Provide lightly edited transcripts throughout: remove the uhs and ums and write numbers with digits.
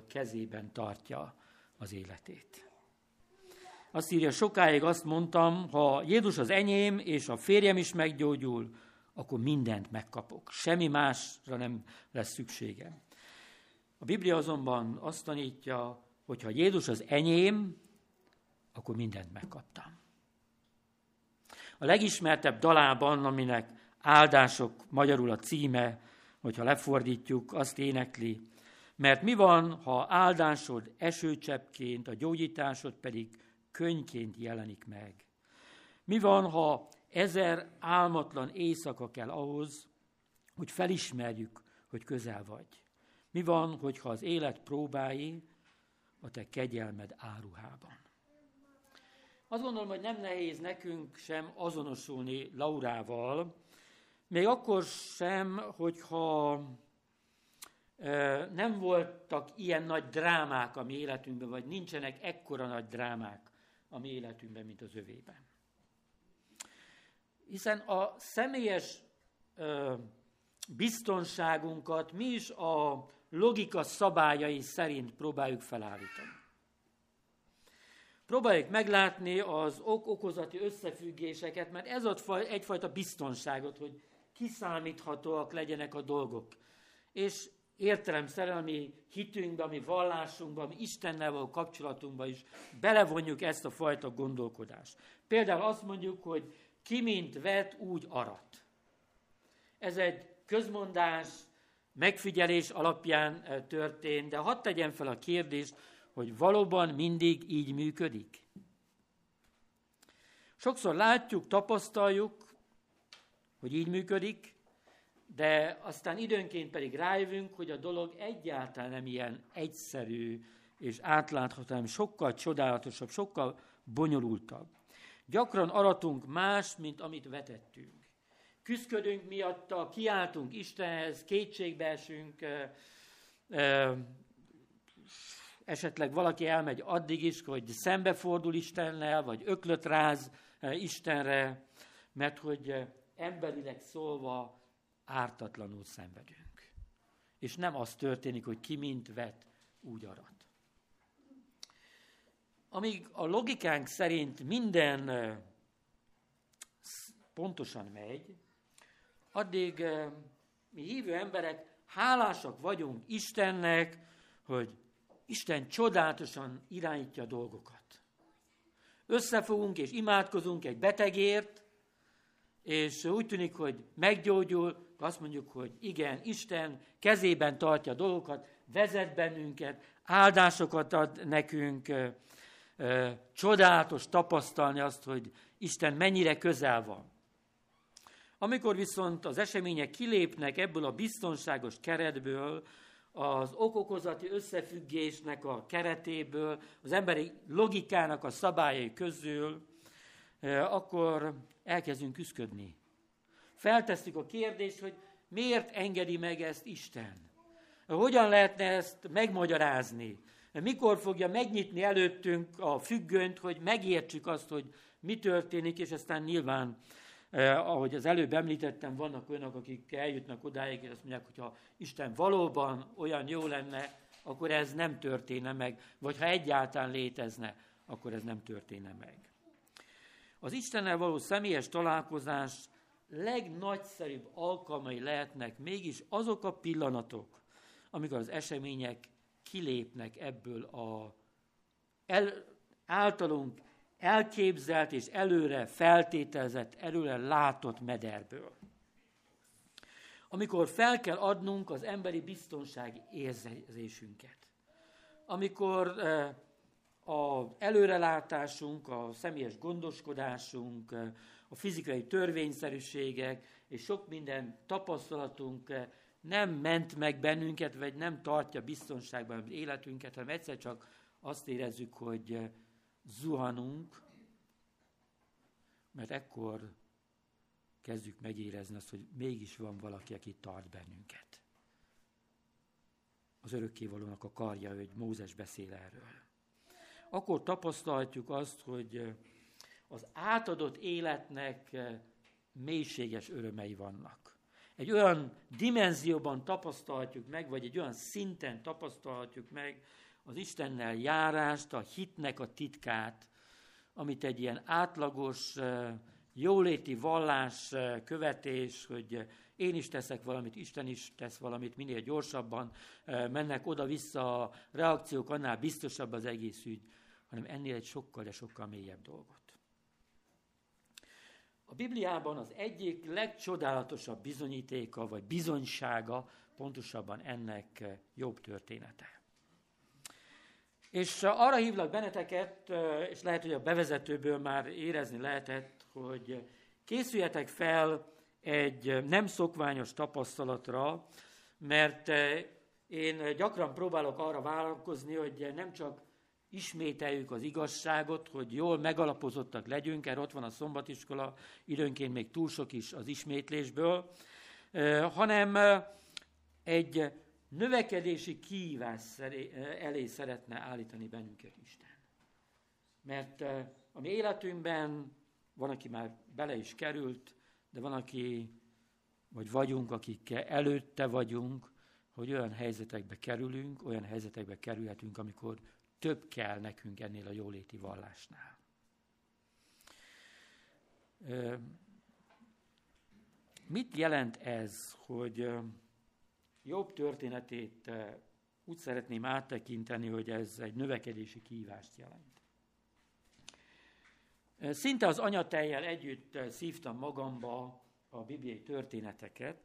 kezében tartja az életét. Azt írja, sokáig azt mondtam, ha Jézus az enyém, és a férjem is meggyógyul, akkor mindent megkapok. Semmi másra nem lesz szükségem. A Biblia azonban azt tanítja, hogy ha Jézus az enyém, akkor mindent megkaptam. A legismertebb dalában, aminek áldások magyarul a címe, hogyha lefordítjuk, azt énekli, mert mi van, ha áldásod esőcseppként, a gyógyításod pedig könnyként jelenik meg? Mi van, ha 1000 álmatlan éjszaka kell ahhoz, hogy felismerjük, hogy közel vagy? Mi van, hogyha az élet próbái a te kegyelmed áruhában? Azt gondolom, hogy nem nehéz nekünk sem azonosulni Laurával, még akkor sem, hogyha nem voltak ilyen nagy drámák a mi életünkben, vagy nincsenek ekkora nagy drámák a mi életünkben, mint az övében. Hiszen a személyes biztonságunkat mi is a logika szabályai szerint próbáljuk felállítani. Próbáljuk meglátni az ok-okozati összefüggéseket, mert ez ad egyfajta biztonságot, hogy kiszámíthatóak legyenek a dolgok. És értelemszerűen a mi hitünkbe, a mi vallásunkba, a mi Istennel való kapcsolatunkba is belevonjuk ezt a fajta gondolkodást. Például azt mondjuk, hogy ki mint vet, úgy arat. Ez egy közmondás, megfigyelés alapján történt, de hadd tegyem fel a kérdést, hogy valóban mindig így működik. Sokszor látjuk, tapasztaljuk, hogy így működik, de aztán időnként pedig rájövünk, hogy a dolog egyáltalán nem ilyen egyszerű és átlátható, hanem sokkal csodálatosabb, sokkal bonyolultabb. Gyakran aratunk más, mint amit vetettünk. Küszködünk miatta, kiáltunk Istenhez, kétségbe esünk, esetleg valaki elmegy addig is, hogy szembefordul Istennel, vagy öklöt ráz Istenre, mert hogy emberileg szólva ártatlanul szenvedünk. És nem az történik, hogy ki mint vet, úgy arat. Amíg a logikánk szerint minden pontosan megy, addig mi hívő emberek hálásak vagyunk Istennek, hogy Isten csodálatosan irányítja a dolgokat. Összefogunk és imádkozunk egy betegért, és úgy tűnik, hogy meggyógyul, azt mondjuk, hogy igen, Isten kezében tartja a dolgokat, vezet bennünket, áldásokat ad nekünk, csodálatos tapasztalni azt, hogy Isten mennyire közel van. Amikor viszont az események kilépnek ebből a biztonságos keretből, az okokozati összefüggésnek a keretéből, az emberi logikának a szabályai közül, akkor elkezdünk küszködni. Feltesszük a kérdést, hogy miért engedi meg ezt Isten? Hogyan lehetne ezt megmagyarázni? Mikor fogja megnyitni előttünk a függönyt, hogy megértsük azt, hogy mi történik, és aztán nyilván, ahogy az előbb említettem, vannak olyanok, akik eljutnak odáig, és azt mondják, hogy ha Isten valóban olyan jó lenne, akkor ez nem történne meg, vagy ha egyáltalán létezne, akkor ez nem történne meg. Az Istennel való személyes találkozás legnagyszerűbb alkalmai lehetnek mégis azok a pillanatok, amikor az események kilépnek ebből a általunk elképzelt és előre feltételezett, előre látott mederből. Amikor fel kell adnunk az emberi biztonsági érzésünket. Amikor az előrelátásunk, a személyes gondoskodásunk, a fizikai törvényszerűségek és sok minden tapasztalatunk nem ment meg bennünket, vagy nem tartja biztonságban az életünket, hanem egyszer csak azt érezzük, hogy zuhanunk, mert ekkor kezdjük megérezni azt, hogy mégis van valaki, aki tart bennünket. Az örökkévalónak a karja, hogy Mózes beszél erről. Akkor tapasztalhatjuk azt, hogy az átadott életnek mélységes örömei vannak. egy olyan dimenzióban tapasztalhatjuk meg, vagy egy olyan szinten tapasztalhatjuk meg az Istennel járást, a hitnek a titkát, amit egy ilyen átlagos, jóléti vallás követés, hogy én is teszek valamit, Isten is tesz valamit, minél gyorsabban mennek oda-vissza a reakciók, annál biztosabb az egész ügy, hanem ennél egy sokkal, de sokkal mélyebb dolgot. A Bibliában az egyik legcsodálatosabb bizonyítéka, vagy bizonysága pontosabban ennek Jobb története. És arra hívlak benneteket, és lehet, hogy a bevezetőből már érezni lehetett, hogy készüljetek fel egy nem szokványos tapasztalatra, mert én gyakran próbálok arra vállalkozni, hogy nem csak ismételjük az igazságot, hogy jól megalapozottak legyünk, erre ott van a szombatiskola, időnként még túl sok is az ismétlésből, hanem egy növekedési kihívás elé szeretne állítani bennünket Isten. Mert a mi életünkben van, aki már bele is került, de van, aki, vagy vagyunk, akik előtte vagyunk, hogy olyan helyzetekbe kerülünk, olyan helyzetekbe kerülhetünk, amikor több kell nekünk ennél a jóléti vallásnál. Mit jelent ez, hogy Jobb történetét úgy szeretném áttekinteni, hogy ez egy növekedési kihívást jelent. Szinte az anyatejjel együtt szívtam magamba a bibliai történeteket.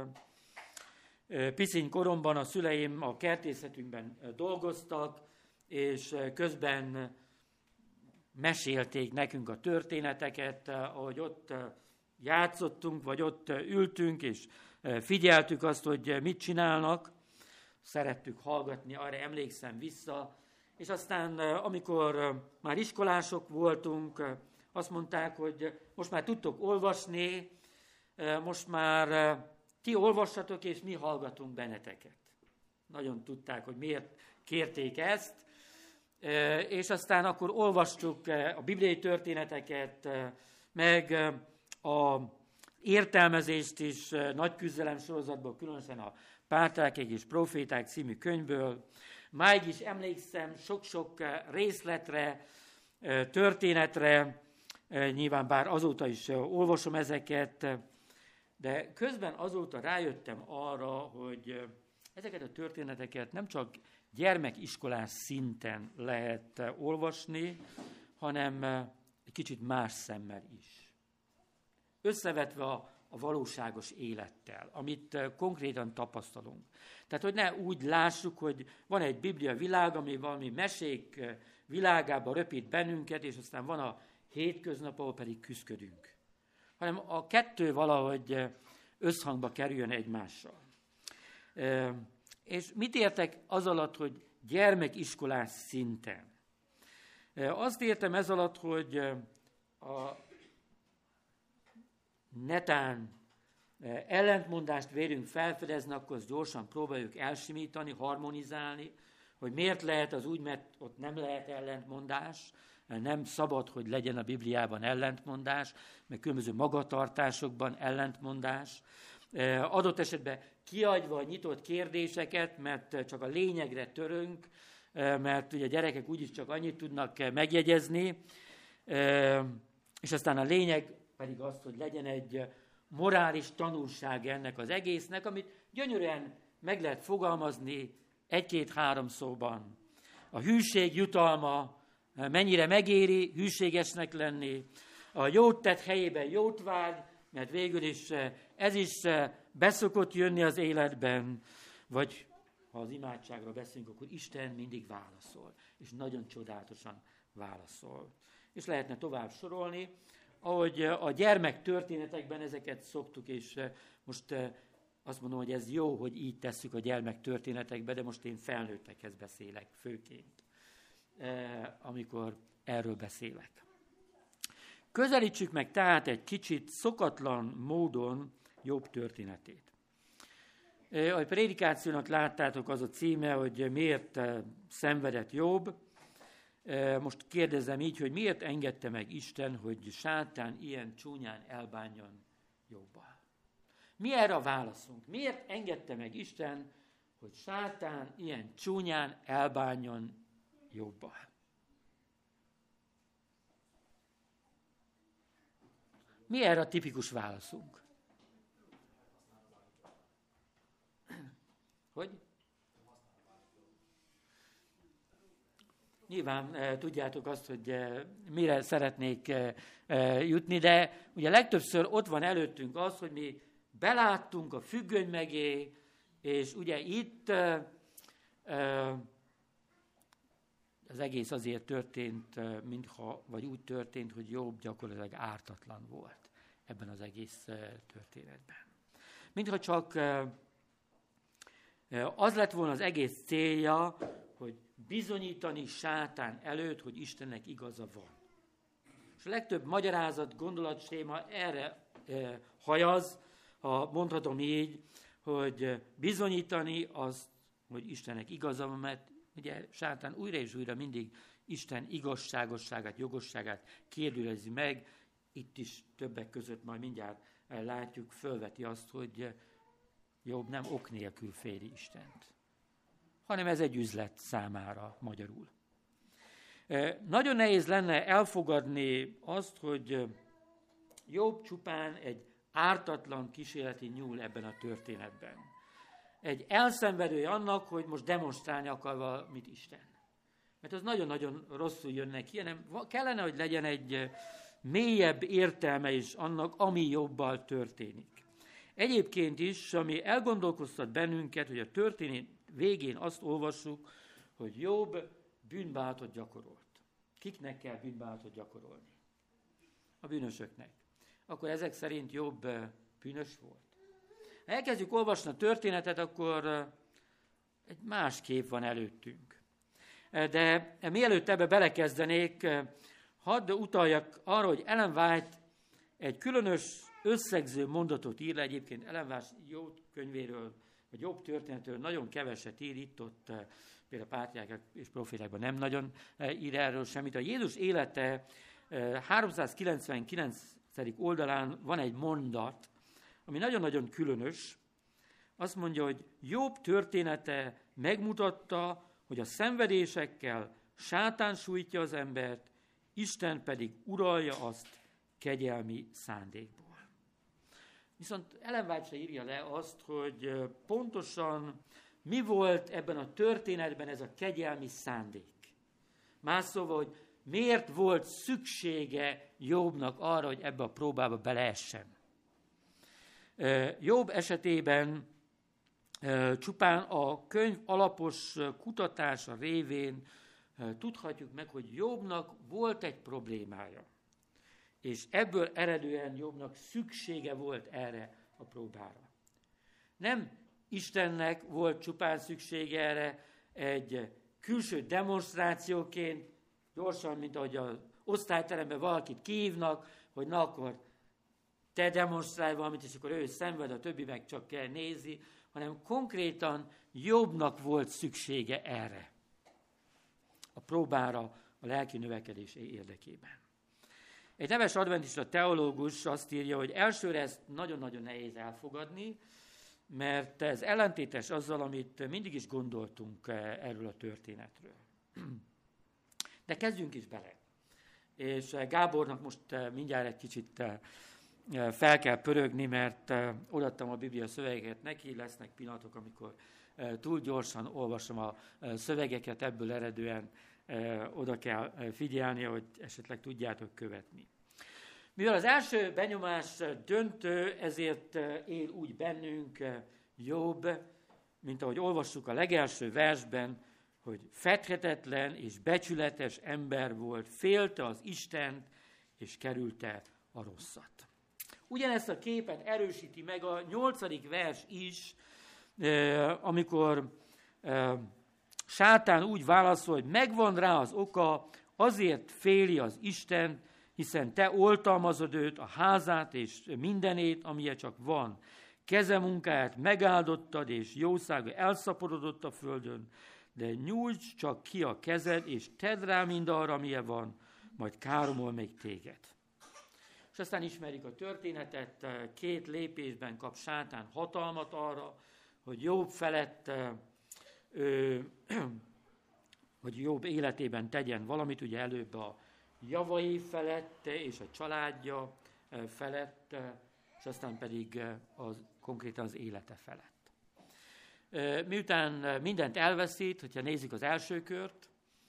Piciny koromban a szüleim a kertészetünkben dolgoztak, és közben mesélték nekünk a történeteket, ahogy ott játszottunk, vagy ott ültünk, és figyeltük azt, hogy mit csinálnak. Szerettük hallgatni, arra emlékszem vissza. És aztán, amikor már iskolások voltunk, azt mondták, hogy most már tudtok olvasni, most már ti olvassatok, és mi hallgatunk benneteket. Nagyon tudták, hogy miért kérték ezt. És aztán akkor olvastuk a bibliai történeteket, meg a értelmezést is Nagy küzdelem sorozatból, különösen a Pátriárkák és Proféták című könyvből. Máig is emlékszem sok-sok részletre, történetre, nyilván bár azóta is olvasom ezeket, de közben azóta rájöttem arra, hogy ezeket a történeteket nem csak gyermekiskolás szinten lehet olvasni, hanem egy kicsit más szemmel is. Összevetve a valóságos élettel, amit konkrétan tapasztalunk. Tehát, hogy ne úgy lássuk, hogy van egy Biblia világ, ami valami mesék világába röpít bennünket, és aztán van a hétköznap, ahol pedig küszködünk. Hanem a kettő valahogy összhangba kerüljön egymással. És mit értek az alatt, hogy gyermekiskolás szinten? Azt értem ez alatt, hogy a netán ellentmondást vélünk felfedezni, akkor azt gyorsan próbáljuk elsimítani, harmonizálni, hogy miért lehet az úgy, mert ott nem lehet ellentmondás, nem szabad, hogy legyen a Bibliában ellentmondás, meg különböző magatartásokban ellentmondás. Adott esetben kihagyva a nyitott kérdéseket, mert csak a lényegre törünk, mert ugye a gyerekek úgyis csak annyit tudnak megjegyezni, és aztán a lényeg pedig az, hogy legyen egy morális tanulság ennek az egésznek, amit gyönyörűen meg lehet fogalmazni egy-két-három szóban. A hűség jutalma, mennyire megéri hűségesnek lenni, a jót tett helyében jót vár, mert végül is ez is beszokott jönni az életben, vagy ha az imádságról beszélünk, akkor Isten mindig válaszol, és nagyon csodálatosan válaszol. És lehetne tovább sorolni, ahogy a gyermek történetekben ezeket szoktuk, és most azt mondom, hogy ez jó, hogy így tesszük a gyermek történetekbe, de most én felnőttekhez beszélek főként, amikor erről beszélek. Közelítsük meg tehát egy kicsit szokatlan módon Jobb történetét. A prédikációnak láttátok, az a címe, hogy miért szenvedett Jobb. Most kérdezem így, hogy miért engedte meg Isten, hogy sátán ilyen csúnyán elbánjon Jobbal. Mi erre a válaszunk? Miért engedte meg Isten, hogy sátán ilyen csúnyán elbánjon Jobbal? Mi erre a tipikus válaszunk? Hogy? Nyilván tudjátok azt, hogy mire szeretnék jutni, de ugye legtöbbször ott van előttünk az, hogy mi beláttunk a függöny mögé, és ugye itt az egész azért történt, vagy úgy történt, hogy Jobb gyakorlatilag ártatlan volt ebben az egész történetben. Mintha csak az lett volna az egész célja, hogy bizonyítani sátán előtt, hogy Istennek igaza van. És a legtöbb magyarázat, gondolatséma erre hajaz, ha mondhatom így, hogy bizonyítani azt, hogy Istennek igaza van, mert ugye sátán újra és újra mindig Isten igazságosságát, jogosságát kérdőjelezi meg. Itt is többek között majd mindjárt látjuk, fölveti azt, hogy Jobb nem ok nélkül féli Istent, hanem ez egy üzlet számára magyarul. Nagyon nehéz lenne elfogadni azt, hogy Jobb csupán egy ártatlan kísérleti nyúl ebben a történetben. Egy elszenvedője annak, hogy most demonstrálni akar valamit Isten. Mert az nagyon-nagyon rosszul jön neki, hanem kellene, hogy legyen egy mélyebb értelme is annak, ami Jobbal történik. Egyébként is, ami elgondolkoztat bennünket, hogy a történet végén azt olvassuk, hogy Jobb bűnbánatot gyakorolt. Kiknek kell bűnbánatot gyakorolni? A bűnösöknek. Akkor ezek szerint Jobb bűnös volt. Ha elkezdjük olvasni a történetet, akkor egy más kép van előttünk. De mielőtt ebbe belekezdenék, hadd utaljak arra, hogy Ellen White egy különös összegző mondatot ír le, egyébként Ellen White Jobb könyvéről, vagy Jobb történetről nagyon keveset ír, itt-ott például Pátriárkák és Profétákban nem nagyon ír erről semmit. A Jézus élete 399. oldalán van egy mondat, ami nagyon-nagyon különös. Azt mondja, hogy Jobb története megmutatta, hogy a szenvedésekkel sátán sújtja az embert, Isten pedig uralja azt kegyelmi szándékból. Viszont Ellen White se írja le azt, hogy pontosan mi volt ebben a történetben ez a kegyelmi szándék. Más szóval, hogy miért volt szüksége Jobbnak arra, hogy ebbe a próbába beleessen. Jobb esetében csupán a könyv alapos kutatása révén tudhatjuk meg, hogy Jobbnak volt egy problémája. És ebből eredően Jobbnak szüksége volt erre a próbára. Nem Istennek volt csupán szüksége erre egy külső demonstrációként, gyorsan, mint ahogy az osztályteremben valakit kihívnak, hogy na akkor te demonstrálj valamit, és akkor ő szenved, a többi meg csak kell nézni, hanem konkrétan Jobbnak volt szüksége erre. A próbára, a lelki növekedés érdekében. Egy neves adventista teológus azt írja, hogy elsőre ezt nagyon-nagyon nehéz elfogadni, mert ez ellentétes azzal, amit mindig is gondoltunk erről a történetről. De kezdjünk is bele. És Gábornak most mindjárt egy kicsit fel kell pörögni, mert odaadtam a Biblia szövegeket neki, lesznek pillanatok, amikor túl gyorsan olvasom a szövegeket, ebből eredően oda kell figyelni, hogy esetleg tudjátok követni. Mivel az első benyomás döntő, ezért él úgy bennünk Jobb, mint ahogy olvassuk a legelső versben, hogy fedhetetlen és becsületes ember volt, félte az Istent, és kerülte a rosszat. Ugyanezt a képet erősíti meg a 8. vers is, amikor sátán úgy válaszol, hogy megvan rá az oka, azért féli az Isten, hiszen te oltalmazod őt, a házát és mindenét, amilyen csak van. Kezemunkáját megáldottad, és jószága elszaporodott a földön, de nyújts csak ki a kezed, és tedd rá mindarra, amilyen van, majd káromol még téged. És aztán ismerjük a történetet, 2 lépésben kap sátán hatalmat arra, hogy Jobb felett, hogy Jobb életében tegyen valamit, ugye előbb a javai felett és a családja felett, és aztán pedig konkrétan az élete felett. Miután mindent elveszít, hogyha nézzük az első kört,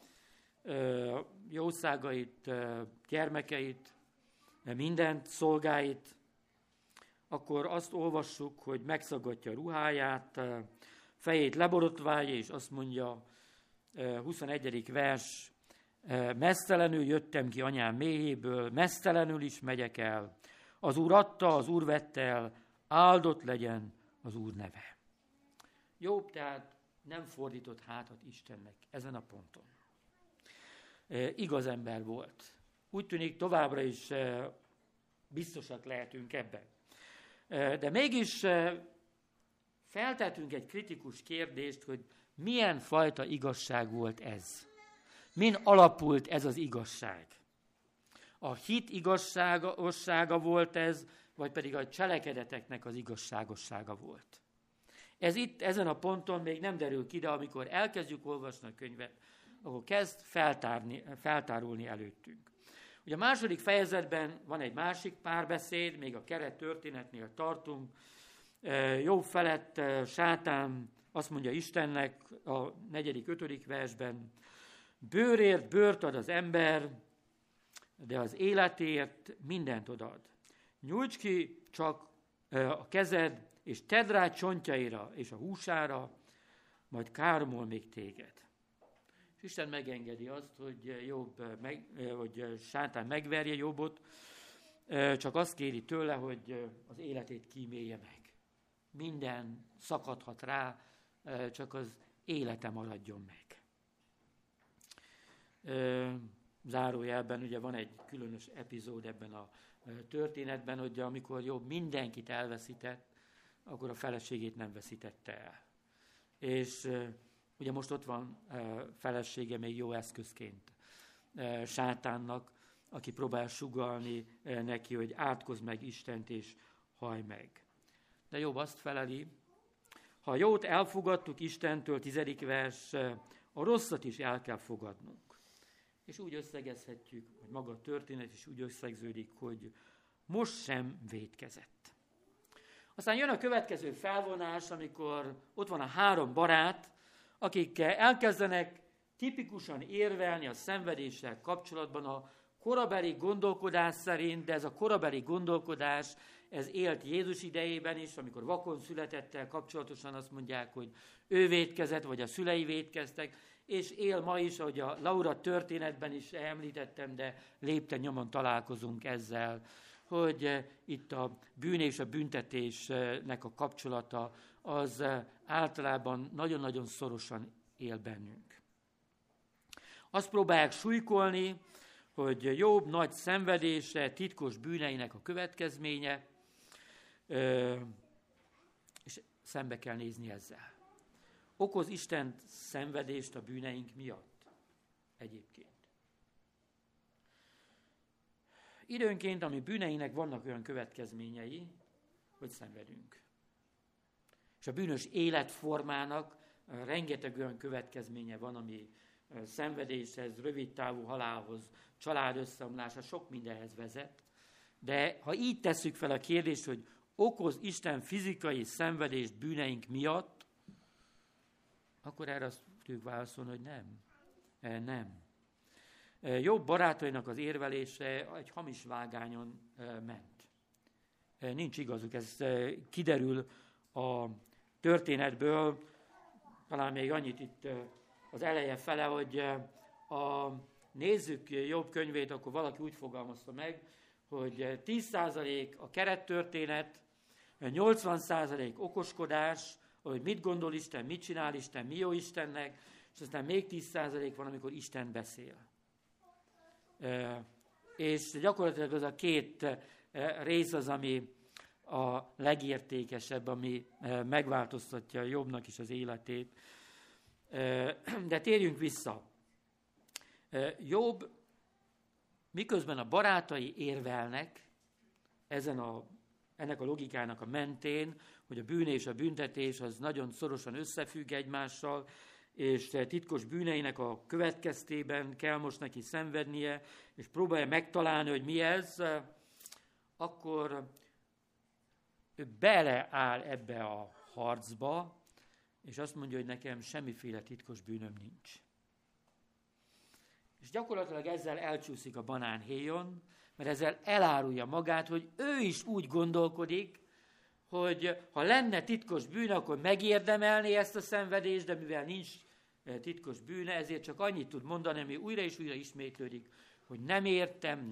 jószágait, gyermekeit, mindent, szolgáit, akkor azt olvassuk, hogy megszaggatja ruháját, fejét leborotválja, és azt mondja, 21. vers, meztelenül jöttem ki anyám méhéből, meztelenül is megyek el. Az Úr adta, az Úr vette el, áldott legyen az Úr neve. Jobb tehát nem fordított hátat Istennek ezen a ponton. Igaz ember volt. Úgy tűnik, továbbra is biztosak lehetünk ebben. De mégis feltettünk egy kritikus kérdést, hogy milyen fajta igazság volt ez? Min alapult ez az igazság? A hit igazságossága volt ez, vagy pedig a cselekedeteknek az igazságossága volt? Ez itt, ezen a ponton még nem derül ki, de amikor elkezdjük olvasni a könyvet, akkor kezd feltárulni előttünk. Ugye a második fejezetben van egy másik párbeszéd, még a keret történetnél tartunk. Jobb felett sátán azt mondja Istennek a 4.-5. versben, bőrért bőrt ad az ember, de az életért mindent odad. Nyújts ki csak a kezed, és tedd rá csontjaira és a húsára, majd káromol még téged. És Isten megengedi azt, hogy sátán megverje Jobbot, csak azt kéri tőle, hogy az életét kímélje meg. Minden szakadhat rá, csak az élete maradjon meg. Zárójelben ugye van egy különös epizód ebben a történetben, hogy amikor Jobb mindenkit elveszített, akkor a feleségét nem veszítette el. És ugye most ott van felesége még jó eszközként sátánnak, aki próbál sugallni neki, hogy átkozz meg Istent és hallj meg. De Jobb azt feleli, ha a jót elfogadtuk Istentől, 10. vers, a rosszat is el kell fogadnunk. És úgy összegezhetjük, hogy maga a történet is úgy összegződik, hogy most sem vétkezett. Aztán jön a következő felvonás, amikor ott van a 3 barát, akik elkezdenek tipikusan érvelni a szenvedéssel kapcsolatban a korabeli gondolkodás szerint, de ez a korabeli gondolkodás, ez élt Jézus idejében is, amikor vakon születettel kapcsolatosan azt mondják, hogy ő vétkezett, vagy a szülei vétkeztek, és él ma is, ahogy a Laura történetben is említettem, de lépten nyomon találkozunk ezzel, hogy itt a bűn és a büntetésnek a kapcsolata az általában nagyon-nagyon szorosan él bennünk. Azt próbálják súlykolni, hogy Jobb nagy szenvedése, titkos bűneinek a következménye, és szembe kell nézni ezzel. Okoz Isten szenvedést a bűneink miatt egyébként. Időnként, ami bűneinek vannak olyan következményei, hogy szenvedünk. És a bűnös életformának rengeteg olyan következménye van, ami szenvedéshez, rövidtávú halálhoz, család összeomlása, sok mindenhez vezet. De ha így tesszük fel a kérdést, hogy okoz Isten fizikai szenvedést bűneink miatt, akkor erre azt tudjuk válaszolni, hogy nem. Nem. Jobb barátainak az érvelése egy hamis vágányon ment. Nincs igazuk, ez kiderül a történetből, talán még annyit itt az eleje fele, hogy nézzük Jobb könyvét, akkor valaki úgy fogalmazta meg, hogy 10% a kerettörténet, 80% okoskodás, hogy mit gondol Isten, mit csinál Isten, mi jó Istennek, és aztán még 10% van, amikor Isten beszél. És gyakorlatilag az a 2 rész az, ami a legértékesebb, ami megváltoztatja Jobbnak is az életét. De térjünk vissza. Jobb, miközben a barátai érvelnek, ennek a logikának a mentén, hogy a bűn és a büntetés az nagyon szorosan összefügg egymással, és titkos bűneinek a következtében kell most neki szenvednie, és próbálja megtalálni, hogy mi ez, akkor ő beleáll ebbe a harcba, és azt mondja, hogy nekem semmiféle titkos bűnöm nincs. És gyakorlatilag ezzel elcsúszik a banánhéjon, mert ezzel elárulja magát, hogy ő is úgy gondolkodik, hogy ha lenne titkos bűn, akkor megérdemelné ezt a szenvedést, de mivel nincs titkos bűne, ezért csak annyit tud mondani, ami újra és újra ismétlődik, hogy nem értem.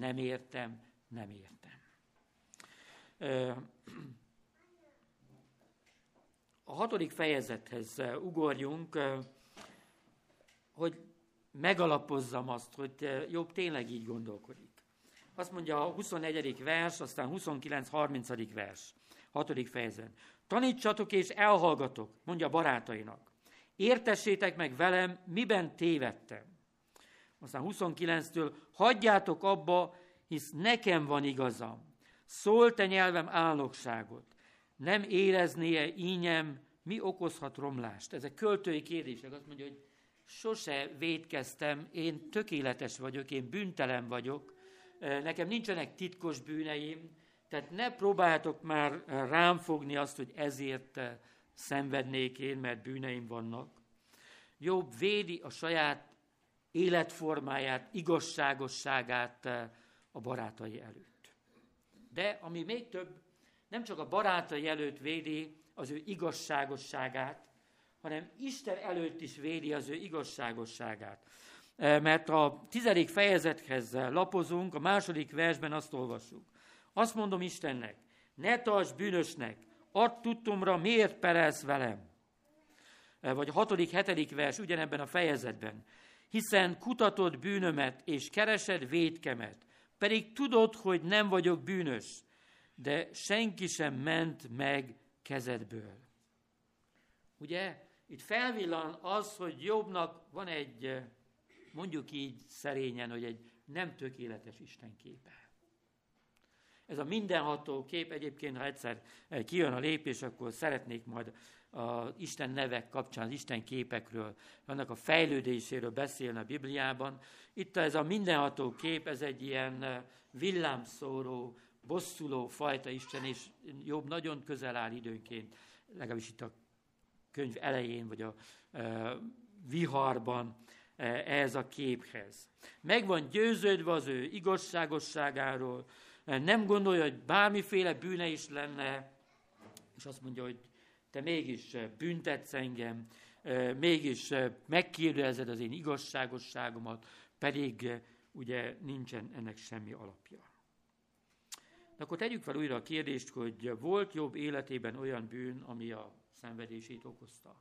A 6. fejezethez ugorjunk, hogy megalapozzam azt, hogy Jobb tényleg így gondolkodik. Azt mondja a 24. vers, aztán 29-30. vers, 6. fejezet. Tanítsatok és elhallgatok, mondja barátainak. Értessétek meg velem, miben tévedtem. Aztán 29-től hagyjátok abba, hisz nekem van igazam. Szól te nyelvem álnokságot. Nem éreznie ínyem, mi okozhat romlást? Ezek költői kérdések. Azt mondja, hogy sose vétkeztem, én tökéletes vagyok, én bűntelen vagyok, nekem nincsenek titkos bűneim, tehát ne próbáljátok már rám fogni azt, hogy ezért szenvednék én, mert bűneim vannak. Jobb védi a saját életformáját, igazságosságát a barátai előtt. De ami még több, nem csak a barátai előtt védi az ő igazságosságát, hanem Isten előtt is védi az ő igazságosságát. Mert a 10. fejezethez lapozunk, a 2. versben azt olvassuk. Azt mondom Istennek, ne tarts bűnösnek, add tudtomra, miért perelsz velem. Vagy a 6., 7. vers ugyanebben a fejezetben. Hiszen kutatod bűnömet, és keresed vétkemet, pedig tudod, hogy nem vagyok bűnös, de senki sem ment meg kezedből. Ugye, itt felvillan az, hogy Jobbnak van egy, mondjuk így szerényen, hogy egy nem tökéletes Isten képe. Ez a mindenható kép, egyébként, ha egyszer kijön a lépés, akkor szeretnék majd az Isten nevek kapcsán, az Isten képekről, annak a fejlődéséről beszélni a Bibliában. Itt ez a mindenható kép, ez egy ilyen villámszóró, bosszuló fajta Isten, és Jobb nagyon közel áll időnként, legalábbis itt a könyv elején, vagy a viharban ehhez a képhez. Meg van győződve az ő igazságosságáról, nem gondolja, hogy bármiféle bűne is lenne, és azt mondja, hogy te mégis büntetsz engem, mégis megkérdezed az én igazságosságomat, pedig ugye nincsen ennek semmi alapja. De akkor tegyük fel újra a kérdést, hogy volt Jobb életében olyan bűn, ami a szenvedését okozta?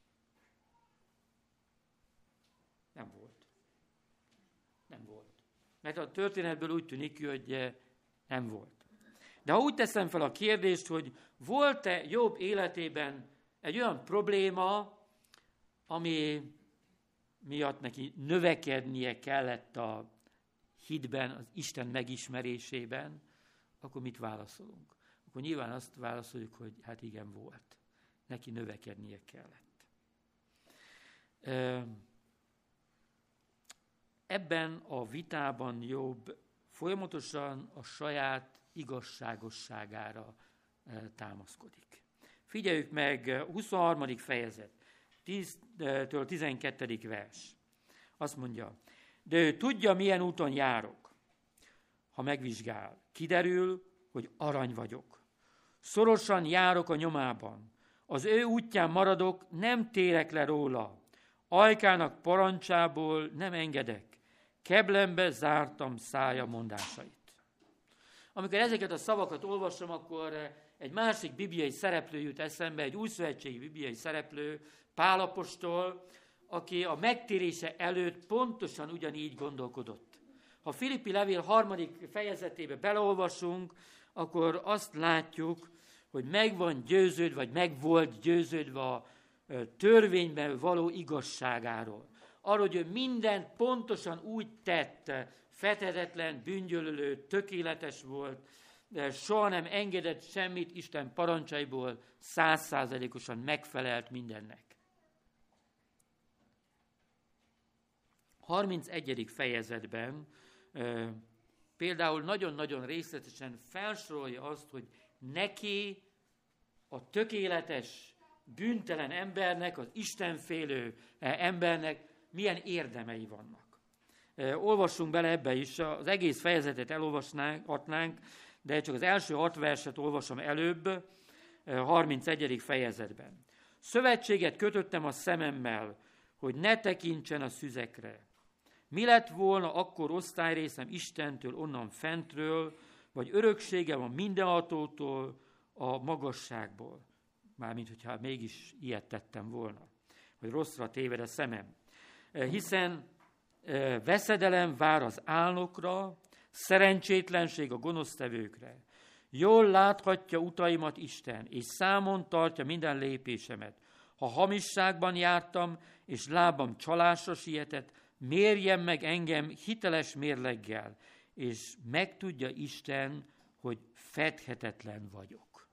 Nem volt. Nem volt. Mert a történetből úgy tűnik, hogy nem volt. De ha úgy teszem fel a kérdést, hogy volt-e Jobb életében egy olyan probléma, ami miatt neki növekednie kellett a hitben, az Isten megismerésében, akkor mit válaszolunk? Akkor nyilván azt válaszoljuk, hogy hát igen, volt. Neki növekednie kellett. Ebben a vitában Jobb folyamatosan a saját igazságosságára támaszkodik. Figyeljük meg, 23. fejezet, 10-től 12. vers. Azt mondja, de ő tudja, milyen úton járok. Ha megvizsgál, kiderül, hogy arany vagyok. Szorosan járok a nyomában. Az ő útján maradok, nem térek le róla. Ajkának parancsából nem engedek. Keblembe zártam szája mondásait. Amikor ezeket a szavakat olvasom, akkor egy másik bibliai szereplő jut eszembe, egy újszövetségi bibliai szereplő, Pál apostol, aki a megtérése előtt pontosan ugyanígy gondolkodott. Ha Filippi levél 3. fejezetébe beleolvasunk, akkor azt látjuk, hogy meg van győződve, vagy meg volt győződve a törvényben való igazságáról. Arról, hogy ő mindent pontosan úgy tett, fethetetlen, bűngyűlölő, tökéletes volt, de soha nem engedett semmit Isten parancsaiból, 100%-osan megfelelt mindennek. 31. fejezetben például nagyon-nagyon részletesen felsorolja azt, hogy neki, a tökéletes, bűntelen embernek, az istenfélő embernek milyen érdemei vannak. Olvassunk bele ebbe is, az egész fejezetet elolvasnánk, de csak az első 6 verset olvasom előbb, 31. fejezetben. Szövetséget kötöttem a szememmel, hogy ne tekintsen a szüzekre. Mi lett volna akkor osztályrészem Istentől, onnan fentről, vagy örökségem a mindenhatótól, a magasságból? Mármint, hogyha mégis ilyet tettem volna, hogy rosszra téved a szemem. Hiszen veszedelem vár az álnokra, szerencsétlenség a gonosztevőkre. Jól láthatja utaimat Isten, és számon tartja minden lépésemet. Ha hamisságban jártam, és lábam csalásra sietett, mérjen meg engem hiteles mérleggel, és megtudja Isten, hogy fedhetetlen vagyok.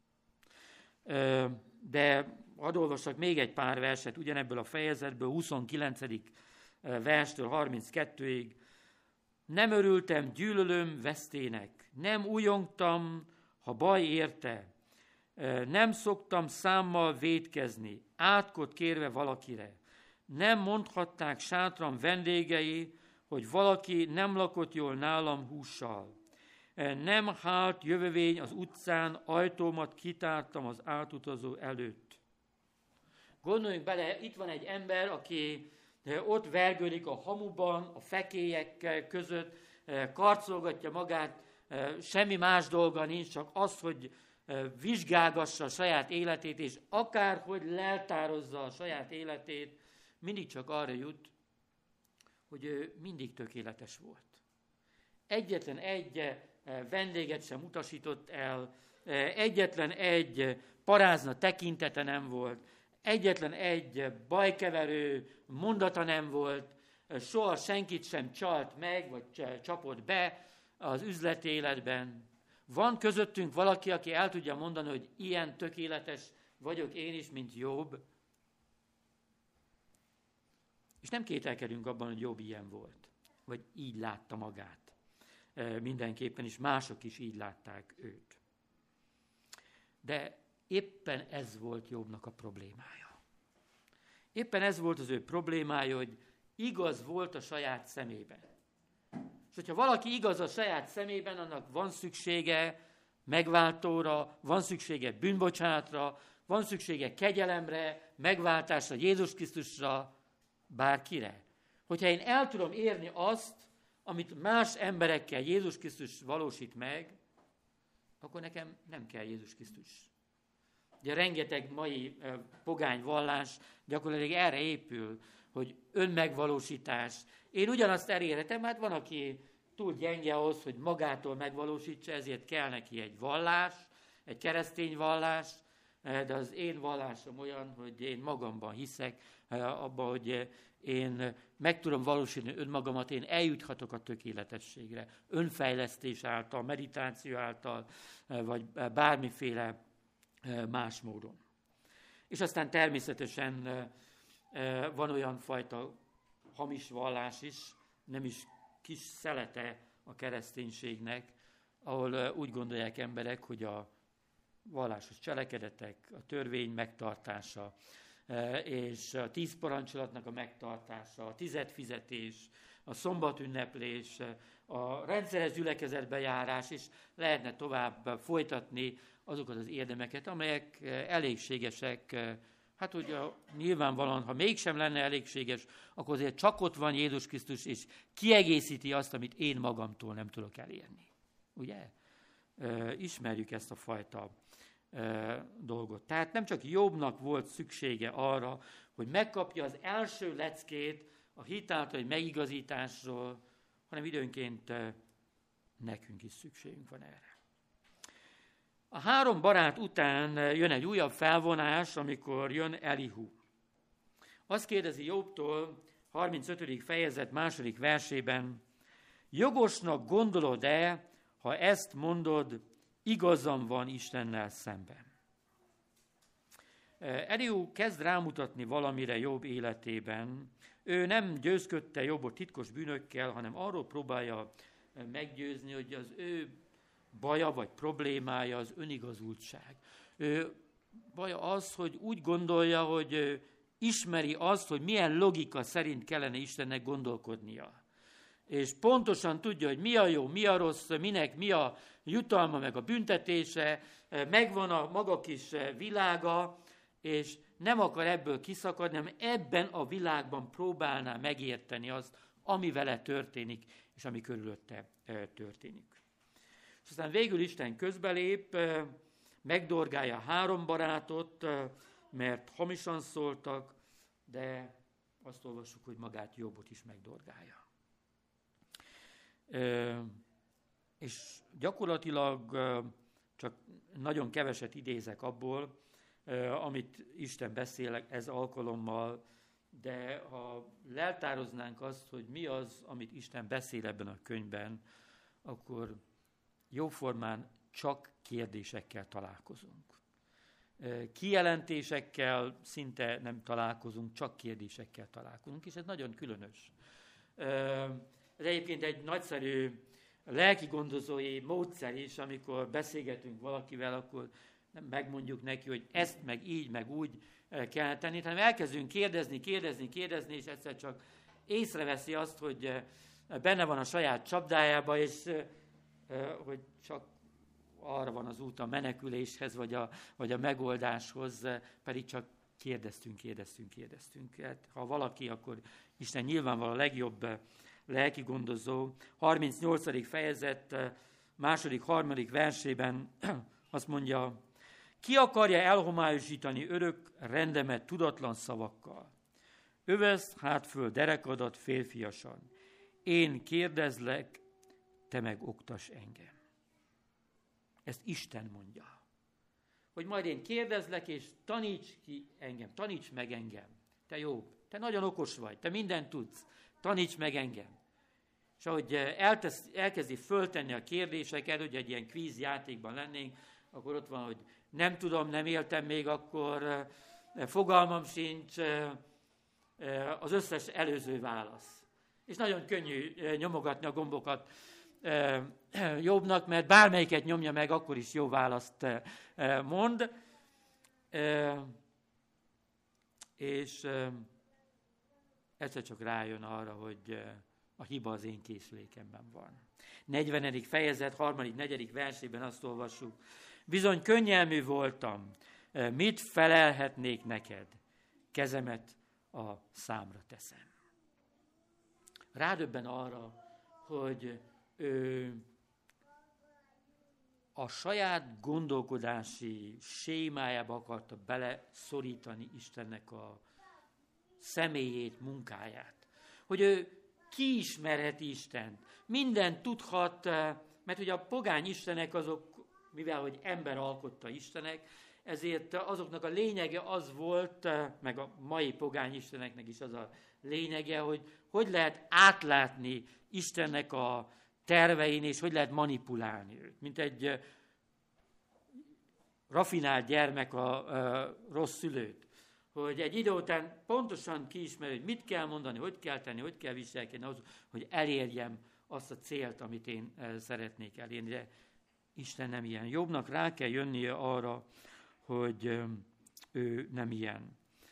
De hadd olvassak még egy pár verset ugyanebből a fejezetből, 29. verstől 32-ig. Nem örültem gyűlölöm vesztének, nem újongtam, ha baj érte, nem szoktam számmal vétkezni, átkot kérve valakire. Nem mondhatták sátram vendégei, hogy valaki nem lakott jól nálam hússal. Nem hált jövövény az utcán, ajtómat kitártam az átutazó előtt. Gondoljunk bele, itt van egy ember, aki ott vergődik a hamuban, a fekélyek között, karcolgatja magát, semmi más dolga nincs, csak az, hogy vizsgálgassa a saját életét, és akárhogy leltározza a saját életét, mindig csak arra jut, hogy ő mindig tökéletes volt. Egyetlen egy vendéget sem utasított el, egyetlen egy parázna tekintete nem volt, egyetlen egy bajkeverő mondata nem volt, soha senkit sem csalt meg, vagy csapott be az üzleti életben. Van közöttünk valaki, aki el tudja mondani, hogy ilyen tökéletes vagyok én is, mint Jobb? És nem kételkedünk abban, hogy Jobb ilyen volt, vagy így látta magát. Mindenképpen is mások is így látták őt. De éppen ez volt Jobbnak a problémája. Éppen ez volt az ő problémája, hogy igaz volt a saját szemében. És hogyha valaki igaz a saját szemében, annak van szüksége megváltóra, van szüksége bűnbocsánatra, van szüksége kegyelemre, megváltásra, Jézus Krisztusra, bárkire. Hogyha én el tudom érni azt, amit más emberekkel Jézus Krisztus valósít meg, akkor nekem nem kell Jézus Krisztus. Ugye rengeteg mai pogány vallás gyakorlatilag erre épül, hogy önmegvalósítás. Én ugyanazt elérhetem, hát van, aki túl gyenge ahhoz, hogy magától megvalósítsa, ezért kell neki egy vallás, egy keresztény vallás, de az én vallásom olyan, hogy én magamban hiszek, abban, hogy én meg tudom valósítani önmagamat, én eljuthatok a tökéletességre, önfejlesztés által, meditáció által, vagy bármiféle más módon. És aztán természetesen van olyan fajta hamis vallás is, nem is kis szelete a kereszténységnek, ahol úgy gondolják emberek, hogy a vallásos cselekedetek, a törvény megtartása, és a 10 parancsolatnak a megtartása, a tizedfizetés, a szombatünneplés, a rendszeres gyülekezetbe járás, és lehetne tovább folytatni azokat az érdemeket, amelyek elégségesek. Hát ugye nyilvánvalóan, ha mégsem lenne elégséges, akkor azért csak ott van Jézus Krisztus, és kiegészíti azt, amit én magamtól nem tudok elérni. Ugye? Ismerjük ezt a fajta dolgot. Tehát nem csak Jobbnak volt szüksége arra, hogy megkapja az első leckét a hit által megigazításról, hanem időnként nekünk is szükségünk van erre. A 3 barát után jön egy újabb felvonás, amikor jön Elihu. Azt kérdezi Jobbtól, 35. fejezet 2. versében, jogosnak gondolod-e, ha ezt mondod, igazam van Istennel szemben. Eliú kezd rámutatni valamire Jobb életében. Ő nem győzködte Jobbot titkos bűnökkel, hanem arról próbálja meggyőzni, hogy az ő baja vagy problémája az önigazultság. Ő baja az, hogy úgy gondolja, hogy ismeri azt, hogy milyen logika szerint kellene Istennek gondolkodnia. És pontosan tudja, hogy mi a jó, mi a rossz, minek mi a jutalma, meg a büntetése, megvan a maga kis világa, és nem akar ebből kiszakadni, hanem ebben a világban próbálná megérteni azt, ami vele történik, és ami körülötte történik. És aztán végül Isten közbelép, megdorgálja 3 barátot, mert hamisan szóltak, de azt olvassuk, hogy magát Jobbot is megdorgálja. És gyakorlatilag csak nagyon keveset idézek abból, amit Isten beszél ez alkalommal, de ha leltároznánk azt, hogy mi az, amit Isten beszél ebben a könyvben, akkor jóformán csak kérdésekkel találkozunk. Kijelentésekkel szinte nem találkozunk, csak kérdésekkel találkozunk, és ez nagyon különös. Ez egyébként egy nagyszerű lelkigondozói módszer is, amikor beszélgetünk valakivel, akkor nem megmondjuk neki, hogy ezt meg így, meg úgy kell tenni, hanem elkezdünk kérdezni, és egyszer csak észreveszi azt, hogy benne van a saját csapdájába, és hogy csak arra van az út a meneküléshez, vagy a megoldáshoz, pedig csak kérdeztünk. Hát, ha valaki, akkor Isten nyilvánvalóan a legjobb lelkigondozó. 38. fejezet, 2.-3. versében azt mondja, ki akarja elhomályosítani örök rendemet tudatlan szavakkal? Övesd hát föl derekadat férfiasan. Én kérdezlek, te meg oktass engem. Ezt Isten mondja. Hogy majd én kérdezlek, és taníts ki engem, taníts meg engem. Te Jobb, te nagyon okos vagy, te mindent tudsz, taníts meg engem. És ahogy elkezdi föltenni a kérdéseket, hogy egy ilyen kvízjátékban lennénk, akkor ott van, hogy nem tudom, nem éltem még akkor, fogalmam sincs, az összes előző válasz. És nagyon könnyű nyomogatni a gombokat Jobbnak, mert bármelyiket nyomja meg, akkor is jó választ mond. És egyszer csak rájön arra, hogy a hiba az én készülékemben van. 40. fejezet, 3.-4. versében azt olvassuk. Bizony könnyelmű voltam, mit felelhetnék neked? Kezemet a számra teszem. Rádöbben arra, hogy a saját gondolkodási sémájába akarta beleszorítani Istennek a személyét, munkáját. Hogy ő kiismerheti Istent, mindent tudhat, mert ugye a pogány istenek azok, mivel hogy ember alkotta istenek, ezért azoknak a lényege az volt, meg a mai pogány isteneknek is az a lényege, hogy lehet átlátni Istennek a tervein, és hogy lehet manipulálni őt. Mint egy rafinált gyermek a rossz szülőt. Hogy egy idő után pontosan kiismeri, hogy mit kell mondani, hogy kell tenni, hogy kell viselkedni, ahhoz, hogy elérjem azt a célt, amit én szeretnék elérni. De Isten nem ilyen. Jobbnak rá kell jönnie arra, hogy ő nem ilyen.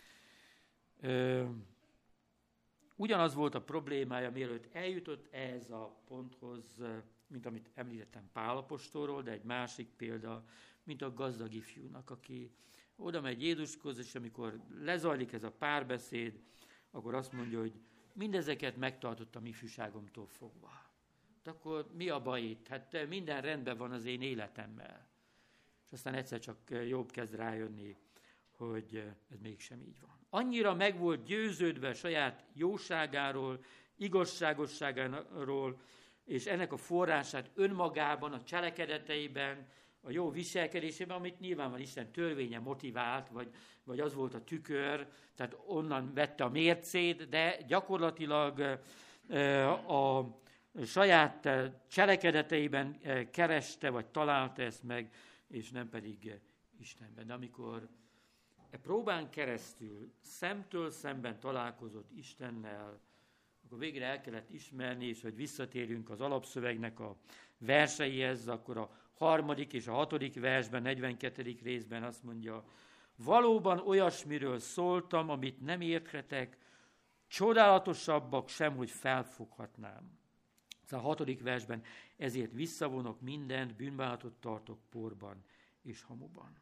Ugyanaz volt a problémája, mielőtt eljutott ehhez a ponthoz, mint amit említettem Pál apostolról, de egy másik példa, mint a gazdag ifjúnak, aki oda megy Jézushoz, és amikor lezajlik ez a párbeszéd, akkor azt mondja, hogy mindezeket megtartottam ifjúságomtól fogva. De akkor mi a baj itt? Hát minden rendben van az én életemmel. És aztán egyszer csak Jobb kezd rájönni, hogy ez mégsem így van. Annyira meg volt győződve saját jóságáról, igazságosságáról, és ennek a forrását önmagában, a cselekedeteiben, a jó viselkedésében, amit nyilván Isten törvénye motivált, vagy az volt a tükör, tehát onnan vette a mércét, de gyakorlatilag a saját cselekedeteiben kereste, vagy találta ezt meg, és nem pedig Istenben. De amikor próbán keresztül szemtől szemben találkozott Istennel, akkor végre el kellett ismerni, és hogy visszatérünk az alapszövegnek a verseihez, akkor a 3. és a 6. versben, 42. részben azt mondja, valóban olyasmiről szóltam, amit nem érthetek, csodálatosabbak sem, hogy felfoghatnám. A 6. versben, ezért visszavonok mindent, bűnbánatot tartok porban és hamuban.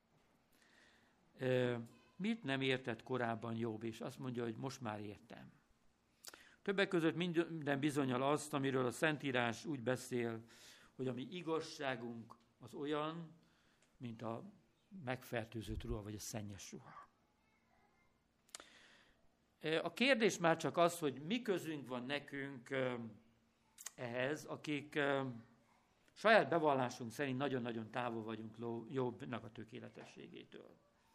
Mit nem értett korábban Jobb, és azt mondja, hogy most már értem. Többek között minden bizonnyal azt, amiről a Szentírás úgy beszél, hogy a mi igazságunk az olyan, mint a megfertőzött ruha, vagy a szennyes ruha. A kérdés már csak az, hogy mi közünk van nekünk ehhez, akik saját bevallásunk szerint nagyon-nagyon távol vagyunk Jobbnak a tökéletességétől.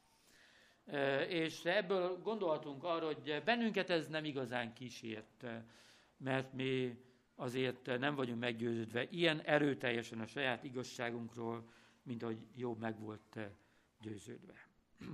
És ebből gondolhatunk arra, hogy bennünket ez nem igazán kísért, mert mi azért nem vagyunk meggyőződve ilyen erőteljesen a saját igazságunkról, mint ahogy Jobb meg volt győződve.